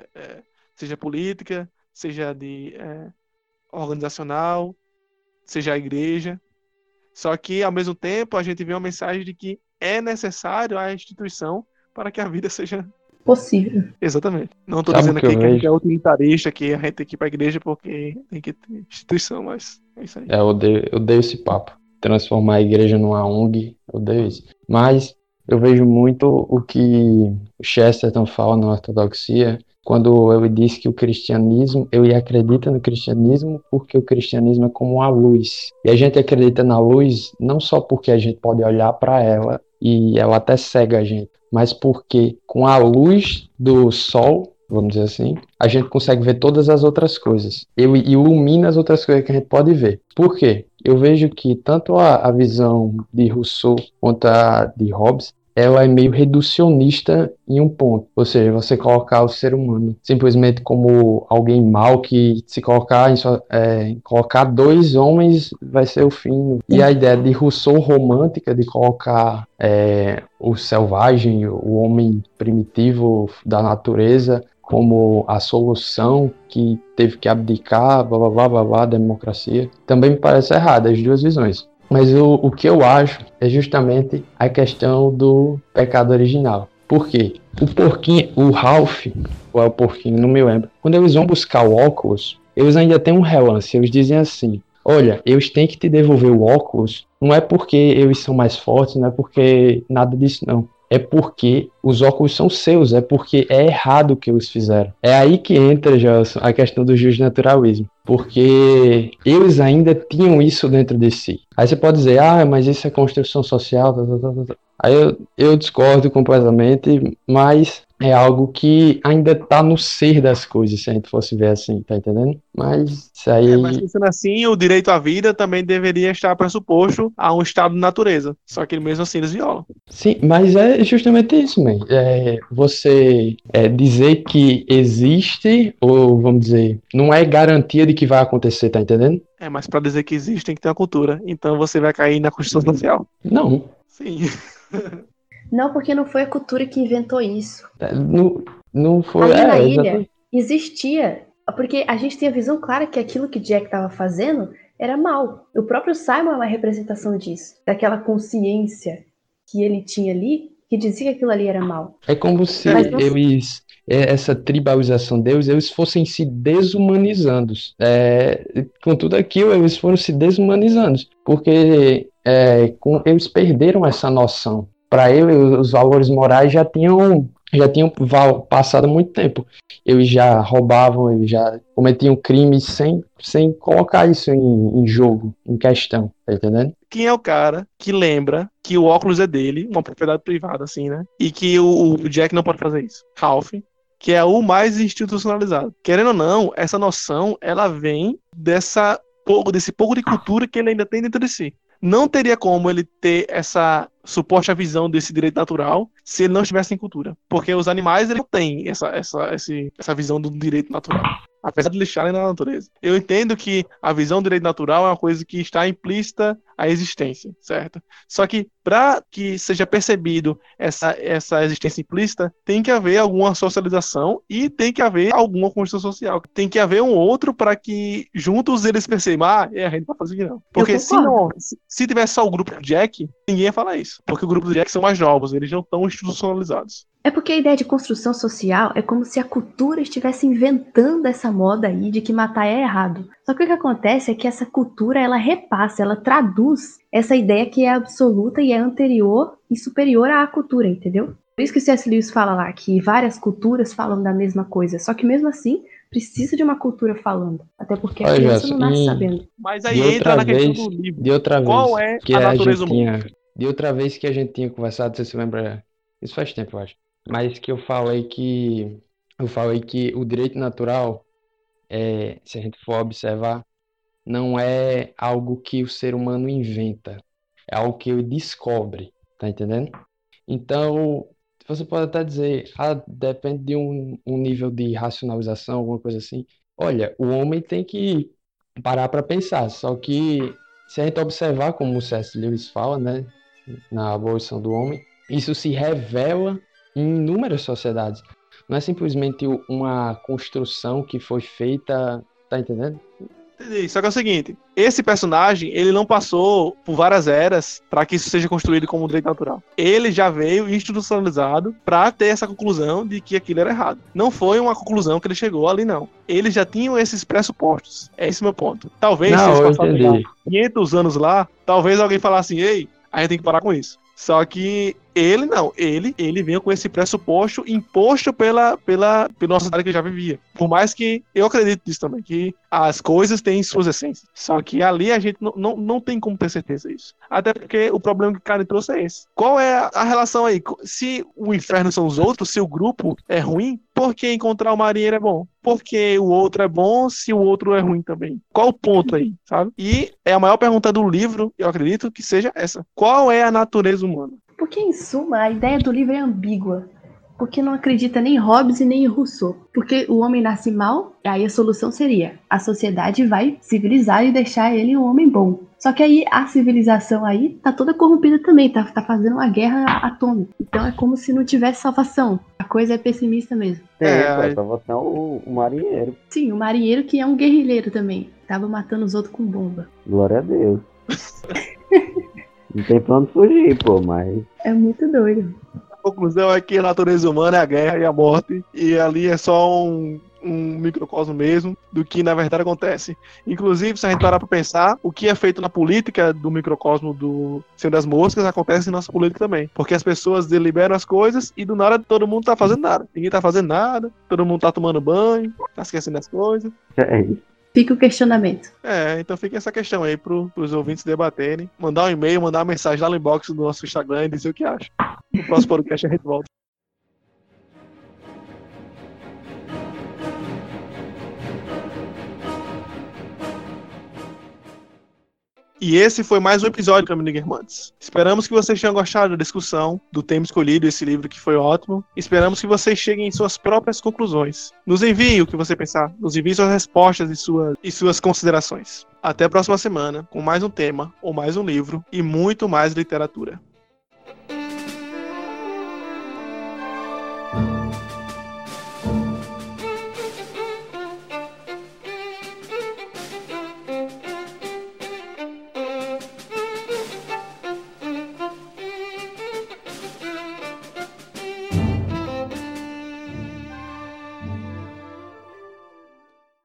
[SPEAKER 1] seja política, seja de organizacional, seja a igreja. Só que, ao mesmo tempo, a gente vê uma mensagem de que é necessário a instituição para que a vida seja
[SPEAKER 3] possível.
[SPEAKER 1] Exatamente. Não estou
[SPEAKER 2] Sabe
[SPEAKER 1] dizendo
[SPEAKER 2] o que
[SPEAKER 1] aqui
[SPEAKER 2] eu
[SPEAKER 1] que a gente
[SPEAKER 2] vejo?
[SPEAKER 1] é utilitarista, que a gente tem que ir para a igreja porque tem que ter instituição, mas é isso aí.
[SPEAKER 2] Eu odeio esse papo. Transformar a igreja numa ONG, eu odeio isso. Mas eu vejo muito o que o Chesterton fala na ortodoxia, quando ele diz que o cristianismo, ele acredita no cristianismo porque o cristianismo é como a luz. E a gente acredita na luz não só porque a gente pode olhar para ela e ela até cega a gente, mas porque com a luz do sol, vamos dizer assim, a gente consegue ver todas as outras coisas. Ele ilumina as outras coisas que a gente pode ver. Por quê? Eu vejo que tanto a visão de Rousseau quanto a de Hobbes, ela é meio reducionista em um ponto. Ou seja, você colocar o ser humano simplesmente como alguém mau que se colocar colocar dois homens vai ser o fim. E a ideia de Rousseau romântica de colocar o selvagem, o homem primitivo da natureza como a solução que teve que abdicar, blá blá blá blá blá, da democracia, também me parece errado, as duas visões. Mas o que eu acho é justamente a questão do pecado original. Por quê? O porquinho, o Ralph, ou é o porquinho, não me lembro, quando eles vão buscar o óculos, eles ainda têm um relance, eles dizem assim: olha, eles têm que te devolver o óculos, não é porque eles são mais fortes, não é porque nada disso não. É porque os óculos são seus, é porque é errado o que eles fizeram. É aí que entra, Gelson, a questão do justnaturalismo. Porque eles ainda tinham isso dentro de si. Aí você pode dizer, mas isso é construção social. Aí eu discordo completamente, mas é algo que ainda está no ser das coisas, se a gente fosse ver assim, tá entendendo? Mas isso aí...
[SPEAKER 1] Mas pensando assim, o direito à vida também deveria estar pressuposto a um estado de natureza. Só que mesmo assim eles violam.
[SPEAKER 2] Sim, mas é justamente isso, man. Você dizer que existe, ou vamos dizer, não é garantia de que vai acontecer, tá entendendo?
[SPEAKER 1] Mas para dizer que existe tem que ter uma cultura. Então você vai cair na construção social.
[SPEAKER 2] Não.
[SPEAKER 1] Sim.
[SPEAKER 3] Não, porque não foi a cultura que inventou isso.
[SPEAKER 2] Não foi.
[SPEAKER 3] Ali na ilha existia, porque a gente tem a visão clara que aquilo que Jack estava fazendo era mal. O próprio Simon é uma representação disso, daquela consciência que ele tinha ali, que dizia que aquilo ali era mal.
[SPEAKER 2] É como se essa tribalização deles, eles fossem se desumanizando. Com tudo aquilo, eles foram se desumanizando, porque eles perderam essa noção. Para eles, os valores morais já tinham passado há muito tempo. Eles já roubavam, eles já cometiam crimes sem colocar isso em jogo, em questão, tá entendendo?
[SPEAKER 1] Quem é o cara que lembra que o óculos é dele, uma propriedade privada, assim, né? E que o Jack não pode fazer isso? Ralph, que é o mais institucionalizado. Querendo ou não, essa noção, ela vem desse pouco de cultura que ele ainda tem dentro de si. Não teria como ele ter essa suposta visão desse direito natural se ele não estivesse em cultura. Porque os animais eles não têm essa visão do direito natural. Apesar de eles estarem na natureza. Eu entendo que a visão do direito natural é uma coisa que está implícita à existência, certo? Só que para que seja percebido essa existência implícita, tem que haver alguma socialização e tem que haver alguma construção social. Tem que haver um outro para que juntos eles percebam, a gente não vai fazer isso não. Porque se tivesse só o grupo do Jack, ninguém ia falar isso. Porque o grupo do Jack são mais novos, eles não estão institucionalizados.
[SPEAKER 3] É porque a ideia de construção social é como se a cultura estivesse inventando essa moda aí de que matar é errado. Só que o que acontece é que essa cultura, ela repassa, ela traduz essa ideia que é absoluta e é anterior e superior à cultura, entendeu? Por isso que o C.S. Lewis fala lá que várias culturas falam da mesma coisa, só que mesmo assim precisa de uma cultura falando, até porque a criança não nasce sabendo.
[SPEAKER 1] Mas aí entra na questão do livro. Qual é a natureza humana?
[SPEAKER 2] De outra vez que a gente tinha conversado, você se lembra? Isso faz tempo, eu acho. Mas que eu falei que o direito natural, se a gente for observar, não é algo que o ser humano inventa, é algo que ele descobre, tá entendendo? Então, você pode até dizer, depende de um nível de racionalização, alguma coisa assim. Olha, o homem tem que parar para pensar, só que se a gente observar, como o C.S. Lewis fala, né, na Abolição do Homem, isso se revela em inúmeras sociedades. Não é simplesmente uma construção que foi feita, tá entendendo?
[SPEAKER 1] Entendi. Só que é o seguinte, esse personagem, ele não passou por várias eras para que isso seja construído como um direito natural. Ele já veio institucionalizado para ter essa conclusão de que aquilo era errado. Não foi uma conclusão que ele chegou ali, não. Eles já tinham esses pressupostos. É esse meu ponto. Talvez, se eles passassem 500 anos lá, talvez alguém falasse, ei, a gente tem que parar com isso. Só que Ele não, ele veio com esse pressuposto imposto pela nossa sociedade que já vivia. Por mais que eu acredito nisso também, que as coisas têm suas essências. Só que ali a gente não tem como ter certeza disso. Até porque o problema que o cara trouxe é esse. Qual é a relação aí? Se o inferno são os outros, se o grupo é ruim, por que encontrar o marinheiro é bom? Porque o outro é bom se o outro é ruim também? Qual o ponto aí, sabe? E é a maior pergunta do livro, eu acredito que seja essa. Qual é a natureza humana?
[SPEAKER 3] Porque, em suma, a ideia do livro é ambígua. Porque não acredita nem em Hobbes e nem em Rousseau. Porque o homem nasce mal, aí a solução seria: a sociedade vai civilizar e deixar ele um homem bom. Só que aí a civilização aí tá toda corrompida também, tá fazendo uma guerra atômica. Então é como se não tivesse salvação. A coisa é pessimista mesmo.
[SPEAKER 4] A salvação o marinheiro.
[SPEAKER 3] Sim, o marinheiro que é um guerrilheiro também. Tava matando os outros com bomba.
[SPEAKER 4] Glória a Deus. Não tem pra onde fugir, pô, mas...
[SPEAKER 3] É muito doido.
[SPEAKER 1] A conclusão é que a natureza humana é a guerra e a morte, e ali é só um microcosmo mesmo do que na verdade acontece. Inclusive, se a gente parar pra pensar, o que é feito na política do microcosmo do Senhor das Moscas acontece em nossa política também. Porque as pessoas deliberam as coisas e do nada todo mundo tá fazendo nada. Ninguém tá fazendo nada, todo mundo tá tomando banho, tá esquecendo as coisas.
[SPEAKER 4] É isso.
[SPEAKER 3] Fica o questionamento.
[SPEAKER 1] Então fica essa questão aí pros ouvintes debaterem. Mandar um e-mail, mandar uma mensagem lá no inbox do nosso Instagram e dizer o que acha. No próximo podcast a gente volta. E esse foi mais um episódio do Caminho de Guermantes. Esperamos que vocês tenham gostado da discussão, do tema escolhido, esse livro que foi ótimo. Esperamos que vocês cheguem em suas próprias conclusões. Nos envie o que você pensar, nos envie suas respostas e suas considerações. Até a próxima semana, com mais um tema, ou mais um livro, e muito mais literatura.